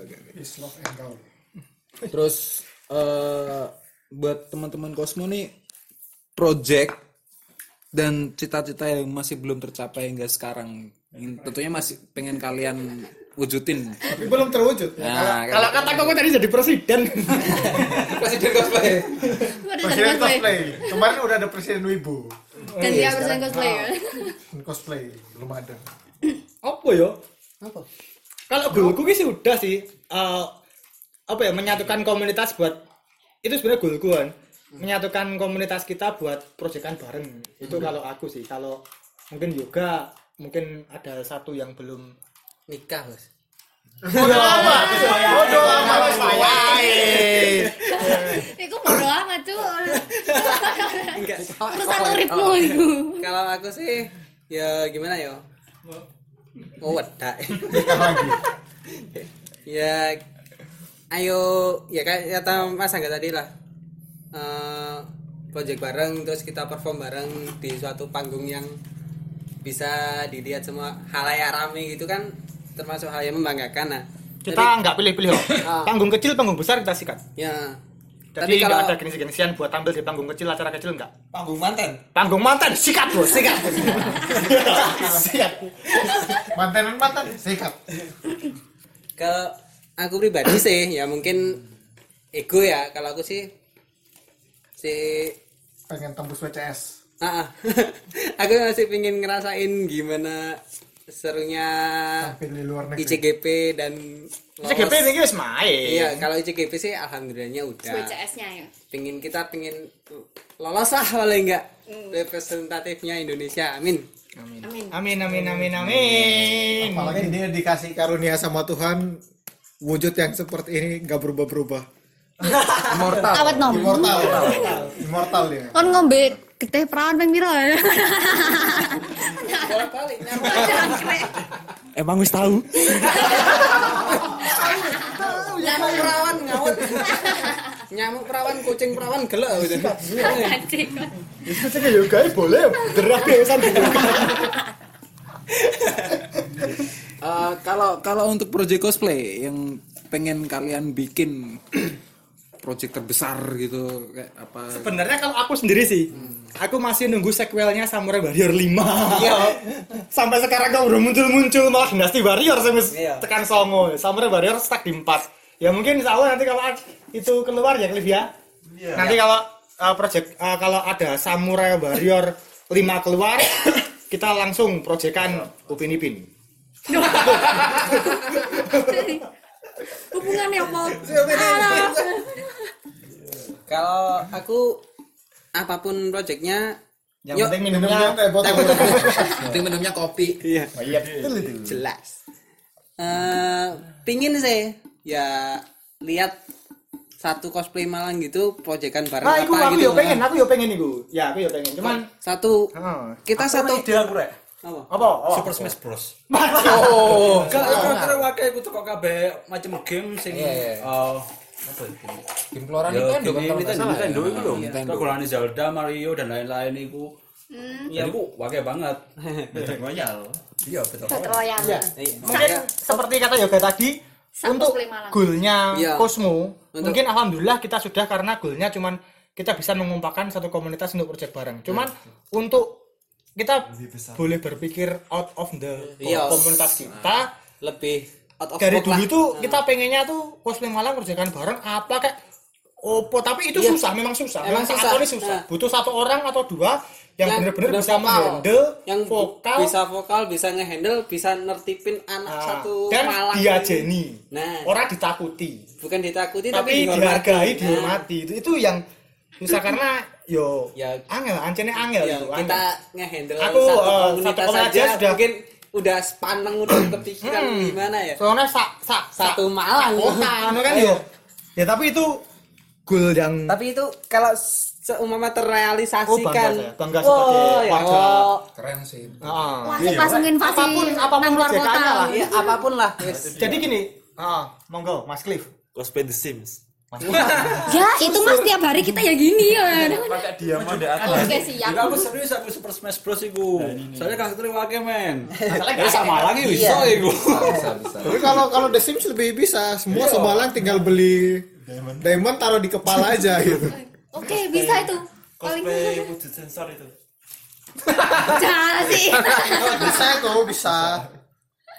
Terus buat teman-teman Cosmo nih, project dan cita-cita yang masih belum tercapai hingga sekarang, tentunya masih pengen kalian wujudin. Tapi belum terwujud. Nah, Kalau kata kok tadi jadi presiden. presiden cosplay. Presiden cosplay. Kemarin udah ada presiden wibu. Dan dia presiden cosplay kan. Cosplay belum ada. Apa ya? Apa? Kalau goalku sih sudah sih apa ya, menyatukan komunitas buat itu sebenarnya goalku kan. Menyatukan komunitas kita buat proyekan bareng. Itu kalau aku sih. Kalau mungkin yoga mungkin ada satu yang belum Nikah, Bos. Bodoh amat. Bodoh amat wae. Iku bodo amat tuh. Enggak. Urusan uripmu itu. Kalau aku sih ya gimana ya? Oh, wedak. Nikah lagi. Ya ayo ya kayak kata Mas Angga tadi lah. Project bareng terus kita perform bareng di suatu panggung yang bisa dilihat semua halayak rame gitu kan, termasuk hal yang membanggakan. Nah, kita nggak pilih-pilih kok. Panggung kecil, panggung besar kita sikat. ya. Jadi nggak ada gengsi-gengsian buat tampil di panggung kecil, acara kecil nggak. Panggung manten. Panggung mantan sikat bos, sikat. Siap. Mantan sikat. Kalau aku pribadi sih ya mungkin ego ya. Kalau aku sih Pengen tembus WCS. aku masih pengen ngerasain gimana serunya Tampil di luar negeri. ICGP dan CGP ini wis main. Iya, kalau ICGP sih alhamdulillahnya udah. WCS-nya ya. Pengen lolos lah paling enggak representatifnya Indonesia. Amin. Amin. Apalagi dia dikasih karunia sama Tuhan wujud yang seperti ini nggak berubah-berubah. Immortal. Awet nom. Immortal dia. Kon ngombe getih perawan ping pira ya? Bolak-balik Emang wis tahu? nyamuk perawan ngawet. Nyamuk perawan, kucing perawan gelek gitu. Anjing. Itu sih yoga boleh gerak biasa. Kalau untuk project cosplay yang pengen kalian bikin project terbesar gitu kayak apa? Sebenarnya kalau aku sendiri sih, aku masih nunggu sequelnya Samurai Warrior 5. Iya. Sampai sekarang kau udah muncul malah Dynasty Warrior sampai Iya. tekan songo. Samurai Warrior stuck di 4. Ya mungkin insya Allah nanti kalau itu keluar ya Cliff ya. Nanti kalau kalau ada Samurai Warrior 5 keluar, kita langsung proyekan Upin Ipin. Hubungannya apa? Kalau aku apapun proyeknya Yang penting Minumnya minumnya botol. Penting minumnya kopi. iya iya. jelas. Pingin sih ya lihat satu cosplay Malang gitu proyekan bareng Nah, apa aku gitu. yo pengen iku. Ya, aku yo pengen. Cuman Satu kita satu ide aku rek. apa? Super Smash Bros. Oh, Kira-kira wae aku teko kabeh macam game sing apa itu? Game Floran Ya, Nintendo kan kalau nggak salah. Nintendo itu loh. Nintendo. Kegolongan Zelda, Mario dan lain-lain itu. Ya itu wae banget. Battle Royale. Iya, betul. Battle Royale. ya, mungkin seperti kata Yoga tadi, Sak untuk cosplay Malang. goalnya Iya. Cosmo, Untuk- mungkin alhamdulillah kita sudah karena goalnya cuman kita bisa mengumpulkan satu komunitas untuk proyek bareng. Cuman untuk kita boleh berpikir out of the Iya. komunitas kita. lebih out of Dari scope dulu lah. tuh kita pengennya tuh cosplay Malang kerjakan bareng apa kayak opo, tapi itu Iya. susah, memang susah. Emang Memang susah. saat ini susah. Nah. Butuh satu orang atau dua yang benar-benar bener bisa vokal. menghandle yang vokal bisa vokal, bisa ngehandle, bisa nertipin anak satu dan Malang. diajeni. Nah, Orang ditakuti, bukan ditakuti tapi dihormati. dihargai, Nah, dihormati. Itu yang susah karena yo Ya. angel, ancene angel Ya, itu. kita angel. ngehandle Aku, satu satu komunitas komunitas aja sudah- mungkin udah sepaneng udah kepikiran gimana ya. Soalnya Satu Malang. kota, anu kan yo. Ya tapi itu goal yang Tapi itu kalau seumpama terrealisasikan, bangga sebagai warga. Keren sih. Heeh. Langsung invasi apapun nang luar proyekannya kota. lah. ya apapun lah. Yes. Jadi gini, monggo Mas Cliff. Cosplay The Sims. Ya, itu Mas tiap hari kita ya gini ya. Pakai diamond deh aku. Oke, siap. Aku serius aku Super Smash Bros iku. Soalnya karakternya wae men. Ya sama lagi iso iku. Bisa. Tapi kalau The Sims lebih bisa, semua Semalang tinggal beli diamond taruh di kepala aja gitu. Oke, bisa itu. Paling Cosplay wujud sensor itu. jangan sih. Bisa itu, bisa.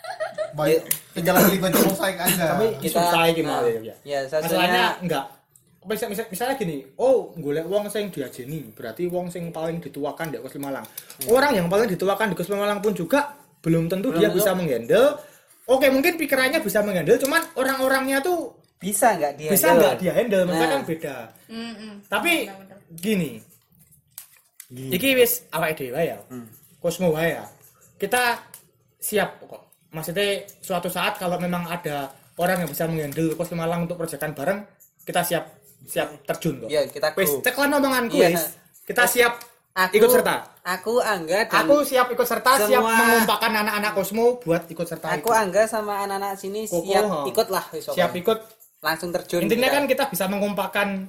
Baik, tinggal beli baju mosaik aja. Tapi Kita- susah iki nah, mau ya. Ya, Masalahnya masalahnya enggak misalnya gini, golek wong sing diajeni, berarti wong sing paling dituakan di Kos Malang. Orang yang paling dituakan di Kos Malang pun juga belum tentu dia bisa menghandle. Oke, mungkin pikirannya bisa menghandle, cuman orang-orangnya tuh bisa nggak dia handle, makanya kan beda. Tapi gini, iki wis awake dhewe ya, Kosmo wae ya. Kita siap kok. Maksudnya suatu saat kalau memang ada orang yang bisa menghandle Kos Malang untuk proyekan bareng, kita siap terjun kok. Iya, kita wis ceklan omonganku wis. Kita siap ikut serta. Aku Angga dan aku siap ikut serta, siap mengumpulkan anak-anak Kosmo buat ikut serta. Aku Angga sama anak-anak sini siap ikut lah. Siap ikut langsung terjun. Intinya kan kita bisa mengumpulkan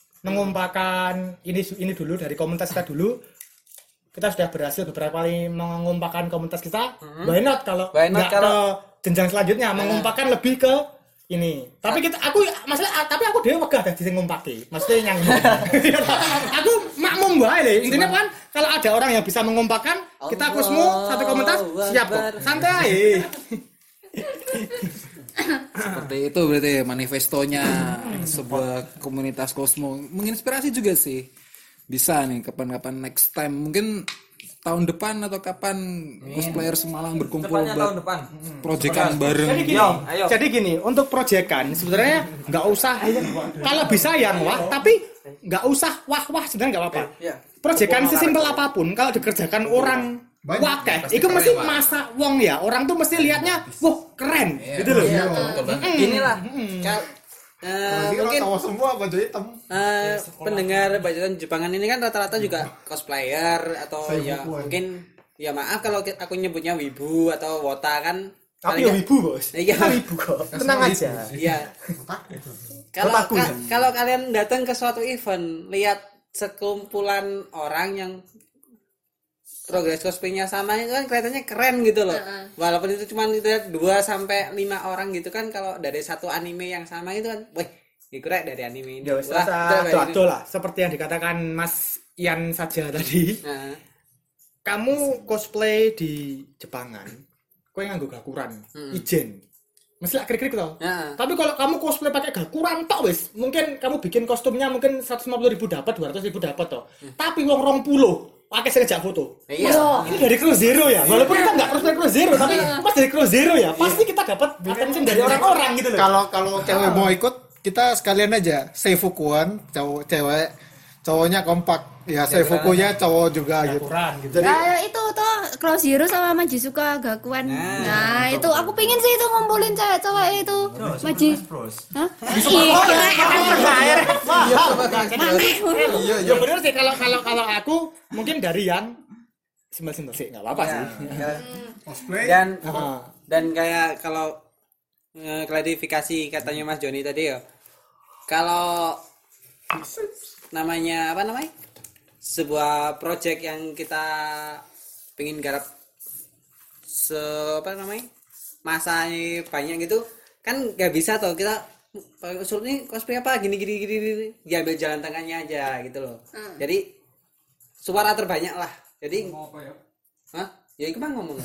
ini dulu dari komunitas kita dulu. Kita sudah berhasil beberapa kali mengumpulkan komunitas kita. Why not kalau ke jenjang selanjutnya mengumpulkan lebih ke ini. Tapi aku dhewe wegah dadi sing ngumpake. Maksudnya yang aku makmum wae lho. Intinya kan kalau ada orang yang bisa mengumpulkan, kita Kosmo satu komunitas siap kok. Santai. Seperti itu berarti manifestonya sebuah komunitas Kosmo. Menginspirasi juga sih. Bisa nih kapan-kapan next time, mungkin tahun depan atau kapan cosplayer Semalang berkumpul buat proyekan bareng. Jadi gini, untuk proyekan sebenarnya nggak usah, kalau bisa yang wah, tapi nggak usah wah sebenarnya nggak apa-apa. Proyekan sesimpel apapun kalau dikerjakan orang wakeh, itu mesti masa wong ya, orang tuh mesti lihatnya, wah keren, gitu loh. Inilah. Mungkin semua baju hitam. Pendengar bacotan Jepangan ini kan rata-rata juga cosplayer atau ya mungkin ya maaf kalau aku nyebutnya wibu atau wota kan. Tapi ya wibu bos. Iya wibu kok. Tenang aja. Iya. Kalau kalian datang ke suatu event, lihat sekumpulan orang yang progres cosplaynya sama itu kan kelihatannya keren gitu loh. Walaupun itu cuma 2-5 orang gitu kan, kalau dari satu anime yang sama itu kan, wih, keren dari anime ini. Itu lah, seperti yang dikatakan Mas Ian saja tadi. Kamu cosplay di Jepangan, kowe nganggo gakuran, ijen. Mesti lah krik-krik toh. Tapi kalau kamu cosplay pakai gakuran tok wis, mungkin kamu bikin kostumnya mungkin 150.000 dapat, 200.000 dapat toh. Tapi wong 20 pakai sekejap foto. Iya. Ini dari Crow Zero ya. Walaupun kita nggak Crow Zero, tapi pas dari Crow Zero ya, pasti kita dapat attention dari orang-orang gitu loh. Kalau cewek mau ikut, kita sekalian aja seifukuan, cewek, cowoknya kompak. Ya seifukunya cowok juga gitu. Jadi itu tuh Crow Zero sama Majisuka Gakuan. Nah, itu aku pingin sih itu ngumpulin cewek-cewek itu. Maji. Hah? Iya benar sih kalau aku mungkin dari yang simpel-simpel sih enggak apa-apa sih. Cosplay. Dan kayak kalau klarifikasi katanya Mas Joni tadi ya. Kalau namanya apa namanya? Sebuah project yang kita pengen garap masanya banyak gitu kan nggak bisa tuh kita pakai usul nih cosplay apa gini diambil jalan tengahnya aja gitu loh. Jadi suara terbanyak lah, jadi mau apa ya? Hah? Ya itu mah ngomong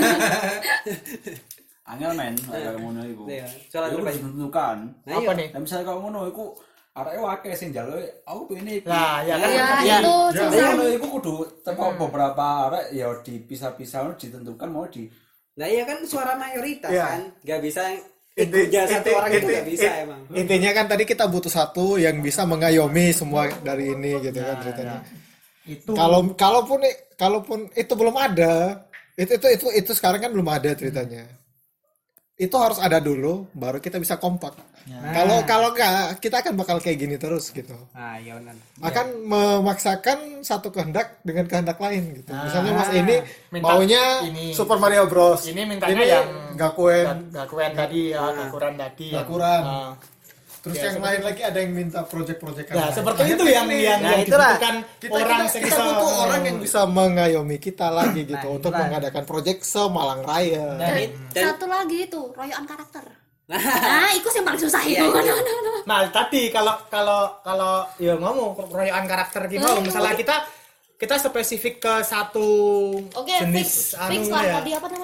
angel men kayak ngono iku. Iya, suara terbanyak ditentukan. Apa nih? Misalnya kalau ngono iku areke akeh sing njaluk aku pengen iki. Nah, ya kan. Ya itu Ngono iku kudu teko beberapa arek ya dipisah-pisah ditentukan mau di. Nah, iya kan suara mayoritas kan. Enggak bisa satu orang itu enggak bisa emang. Intinya kan tadi kita butuh satu yang bisa mengayomi semua dari ini gitu kan ceritanya. Itu kalaupun itu belum ada, itu sekarang kan belum ada ceritanya. Itu harus ada dulu baru kita bisa kompak. Kalau enggak kita akan bakal kayak gini terus gitu. Akan memaksakan satu kehendak dengan kehendak lain gitu. Misalnya Mas ini maunya ini, Super Mario Bros. Ini mintanya yang Gakuen tadi ya, Gakuran tadi. Terus yang lain lagi ada yang minta project-project nah, seperti itu yang dibutuhkan orang kita butuh orang yang bisa mengayomi kita lagi gitu untuk mengadakan project Semalang Raya. Dan satu lagi itu royokan karakter. Nah, itu yang paling susah itu. Nah, tadi kalau ya ngomong royokan karakter gimana? Misalnya kita spesifik ke satu jenis fix ya. tadi apa namanya?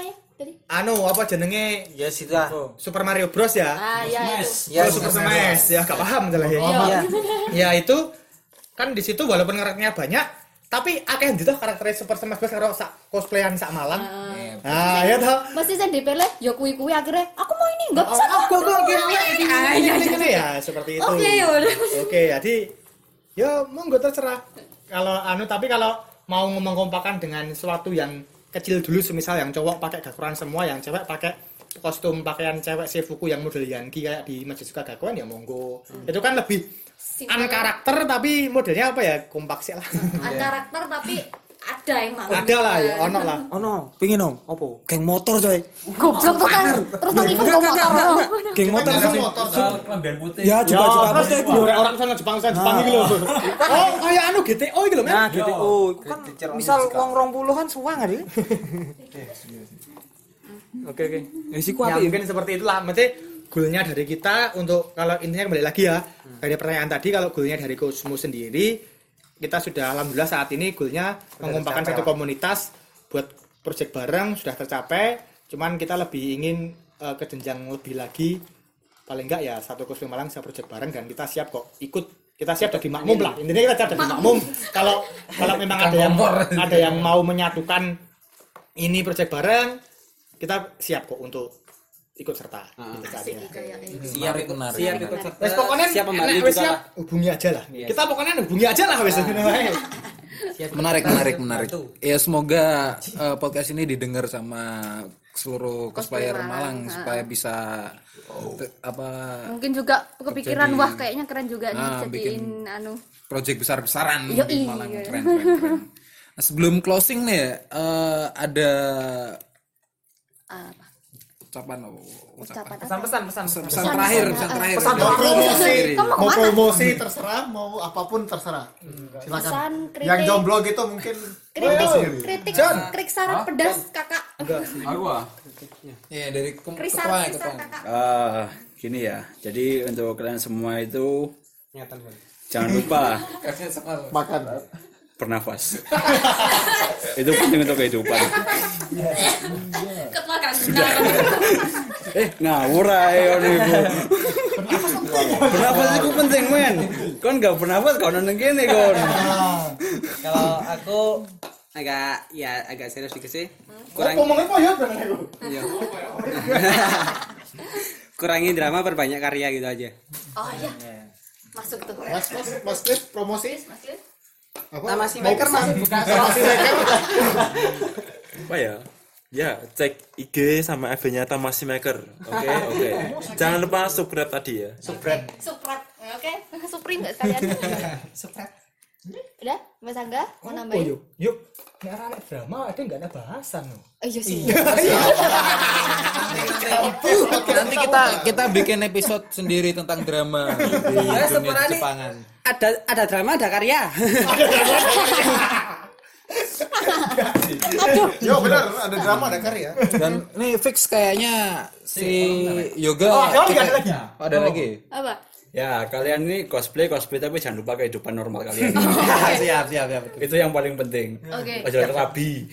tadi? Apa jenenge? Ya situ lah. Super Mario Bros ya. Ya itu. Ya Super Smash ya, gak paham salah ya. Iya. Ya itu kan di situ walaupun karakternya banyak, tapi akeh gitu karakternya Super Smash Bros karo cosplayan sak Malang. Nah, ya toh. Mesti sing dipilih ya kuwi-kuwi akhirnya aku mau ini enggak bisa. Aku Iya. ya seperti itu. Oke, ya udah. Oke, jadi ya monggo terserah. Tapi kalau mau mengkompakan dengan sesuatu yang kecil dulu, semisal yang cowok pakai gakuran semua, yang cewek pakai kostum pakaian cewek seifuku yang model Yankee kayak di Majizuka Gakuen ya monggo. Itu kan lebih an karakter tapi modelnya apa ya, kompak sih lah. An karakter tapi ada yang mau. Ada lah ya, ono lah. Pingin dong. Opo? Geng motor coy. Goblok tuh kan. Terus nang ikut motor. Geng motor Lambian putih. Ya juga Terus itu orang sana Jepang iki lho. Oh, kayak GTO iki lho, men. Nah, GTO kan misal wong 20 kan suwang ada. Oke. Wis iku Ya apik. mungkin seperti itulah. Maksudnya goalnya dari kita untuk, kalau intinya kembali lagi ya dari pertanyaan tadi, kalau goalnya dari Cosmo sendiri, kita sudah alhamdulillah saat ini goalnya mengumpulkan satu komunitas buat project bareng sudah tercapai. Cuman kita lebih ingin ke jenjang lebih lagi, paling enggak ya satu Cosplay Malang bisa project bareng, dan kita siap kok ikut, kita siap jadi makmum lah, intinya kita siap jadi makmum. Kalau memang ada yang mau menyatukan ini project bareng, kita siap kok untuk ikut serta. Gitu saja. Siap ikut serta. Wes pokoknya siap membantu wes juga siap lah. hubungi aja lah. Kita pokoknya hubungi aja lah wes. Menarik. Ya semoga podcast ini didengar sama seluruh cosplayer Malang supaya bisa Mungkin juga kepikiran wah kayaknya keren juga nih jadiin project besar-besaran Yo, di iya. Malang. Keren. Nah, sebelum closing nih ada apa? ucapan Pesan terakhir. Pesan mau promosi, Kamu mau kemana? promosi terserah, mau apapun terserah. Silakan. Pesan, kritik. Yang jomblo gitu mungkin Kritik saran pedas kakak. Ya dari Kritik ketua. saran kakak. Gini ya. Jadi untuk kalian semua itu jangan lupa makan. bernafas. Itu penting untuk kehidupan. Ketua kan. Ngawur ae ngono iku. Bernafas itu penting, men. Kon enggak bernafas kau nang kene kon. Kalau aku agak serius dikit sih. Ngomongnya kok ya bener aku. Kurangi drama, perbanyak karya gitu aja. Oh iya. Masuk tuh. Mas Cliff promosi. Mas Cliff. Tamasi Maker masih bukan. Apa ya? Ya, cek IG sama FB-nya Tamasi Maker. Oke. Jangan lupa subscribe tadi ya. Supret. Oke. Supreme enggak sekalian? Supret. Udah, Mas Angga mau nambahin? Yuk. Nek arek drama ada enggak ada bahasan. Iya sih. Nanti kita bikin episode sendiri tentang drama di dunia Jepangan. Ada drama, ada karya. Yo benar, ada drama, ada karya. Dan ini fix kayaknya si Yoga. Ada lagi. Apa? Ya, kalian ini cosplay tapi jangan lupa kehidupan normal kalian. Siap. Itu yang paling penting. Oke. Jangan rabi.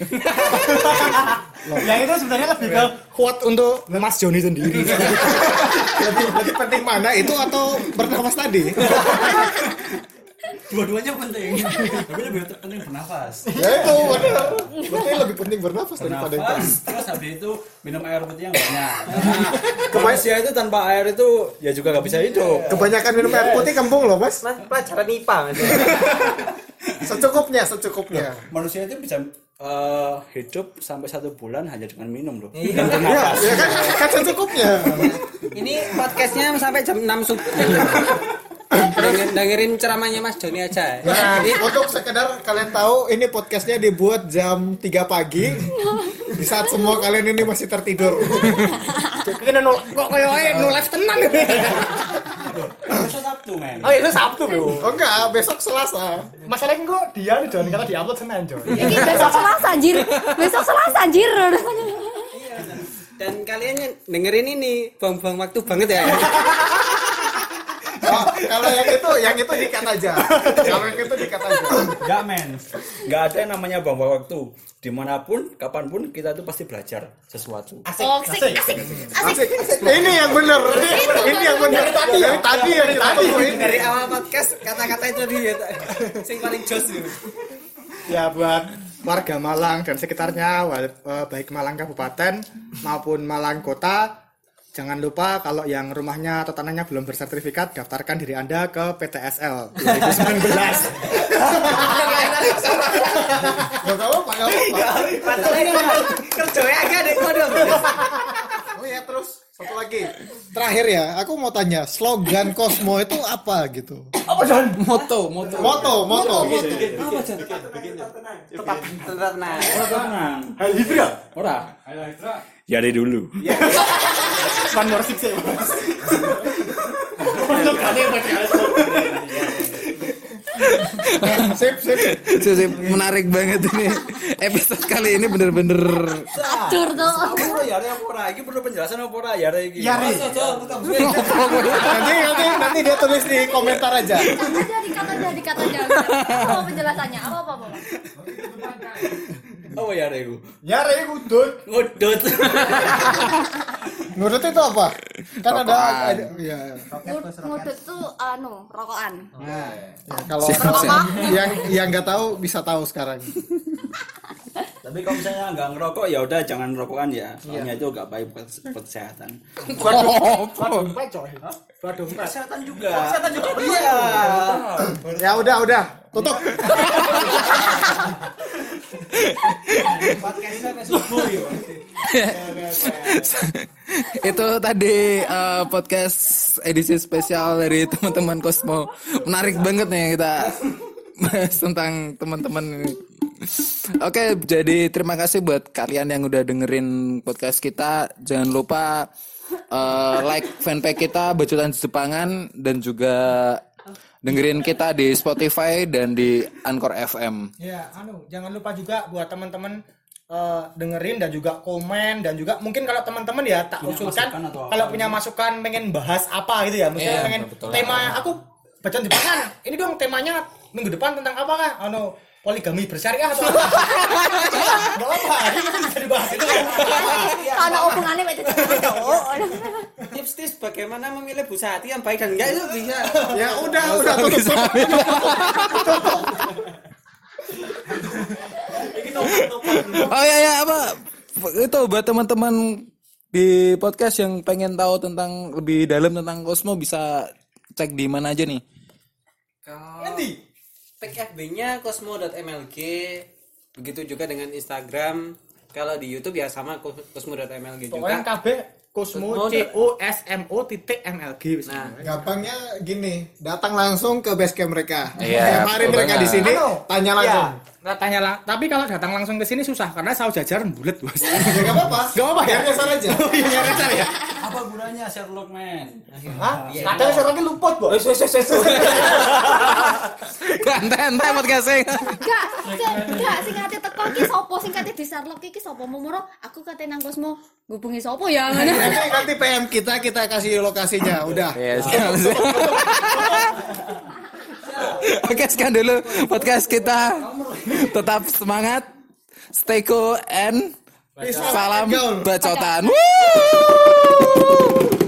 Ya itu sebenarnya lebih ke kuat untuk Mas Joni sendiri. Lebih penting mana itu atau bernafas tadi? Dua-duanya penting. Tapi lebih penting bernafas. Ya itu benar. Berarti lebih penting bernafas daripada itu. Bernafas, terus habis itu minum air putih yang banyak. Manusia itu tanpa air itu ya juga nggak bisa hidup. Kebanyakan minum air putih kembung loh, Mas. Pelajaran IPA. Secukupnya. Manusia itu bisa hidup sampai 1 bulan hanya dengan minum loh. Ya kan secukupnya. Ini podcastnya sampai jam 6 subuh. Dengerin ceramahnya Mas Joni aja. Nah, untuk sekedar kalian tahu, ini podcastnya dibuat jam 3 pagi di saat semua kalian ini masih tertidur. Kene kok koyo no live tenan. Besok Sabtu, men. Oh, itu Sabtu lho. Oh enggak, besok Selasa. Masalahnya kok dia nih Jon, kata di-upload Senin, Jon. Ini besok Selasa anjir. Dan kalian dengerin ini buang-buang waktu banget ya. Kalau yang itu dikat aja. Kalau yang itu dikat aja. Enggak men, enggak ada yang namanya buang waktu. Dimanapun, kapanpun kita tuh pasti belajar sesuatu. Asik. Ini yang benar. Ini yang benar. Dari tadi. Dari awal podcast kata-kata itu dia sing paling jos itu. Ya buat warga Malang dan sekitarnya, baik Malang Kabupaten maupun Malang Kota, jangan lupa kalau yang rumahnya atau tanahnya belum bersertifikat, daftarkan diri Anda ke PTSL 2019. Gak apa-apa. Kerjanya agak deh kodok. Oh ya, terus satu lagi. Terakhir ya, aku mau tanya, slogan Cosmo itu apa gitu? Moto. Tetap tenang. Ora. Ya dari dulu. One more six ya. Sip. Menarik banget ini. Episode kali ini bener-bener Adur tuh. Ya ora, iki perlu penjelasan apa ora ya iki? Nanti dia tulis di komentar aja. Dikat aja. Apa penjelasannya? Apa? Apa ya iku? Nyari ngudut. Ngudut. Ngudut itu apa? Kan ada ya. Ngudut tuh rokokan. Ya, kalau Siap. yang nggak tahu bisa tahu sekarang. Tapi kalau misalnya nggak ngerokok ya udah jangan rokokan ya. Soalnya itu nggak baik buat kesehatan. Kesehatan juga. Iya. Ya udah. Tutup. itu tadi podcast edisi spesial dari teman-teman Cosmo. Menarik banget nih kita bahas tentang teman-teman ini. Oke, jadi terima kasih buat kalian yang udah dengerin podcast kita. Jangan lupa like fanpage kita Bacotan Jepangan, dan juga dengerin kita di Spotify dan di Anchor FM. Ya, jangan lupa juga buat teman-teman dengerin dan juga komen, dan juga mungkin kalau teman-teman ya tak usulkan kalau punya masukan pengen bahas apa gitu ya, misalnya pengen tema aku Bacotan Jepangan. Ini dong temanya minggu depan tentang apa kah? Poligami bersyariah atau apa? Enggak apa, ini bisa dibahas itu. Karena hubungannya itu Tips bagaimana memilih Bu Sati yang baik dan enggak itu bisa. Ya udah tutup. Oh ya apa? Itu buat teman-teman di podcast yang pengen tahu tentang lebih dalam tentang Cosmo, bisa cek di mana aja nih? Nanti FB-nya cosmo.mlg, begitu juga dengan Instagram. Kalau di YouTube ya sama cosmo.mlg juga. Pokoknya KB Cosmo COSMO.mlg. Nah, Gampangnya gini, datang langsung ke basecamp mereka. Iya, Kemarin mereka di sini, tanya langsung. Tapi kalau datang langsung ke sini susah karena saus jajar bulet, Bos. Ya enggak apa-apa. Enggak apa ya? Biar aja. Biar nyasar ya. Apa gunanya Sherlock man? Hah? Kadang Sherlocknya luput, Bos. Ganti podcastnya. Enggak, sing kate teko iki sapa, sing kate di Sherlock iki sapa, momoro aku kate nang Cosmo ngubungi sapa ya. Nanti PM kita kasih lokasinya, udah. Yes. Oke, sekian dulu podcast kita. Tetap semangat, stay cool, and salam bacotan. Woo!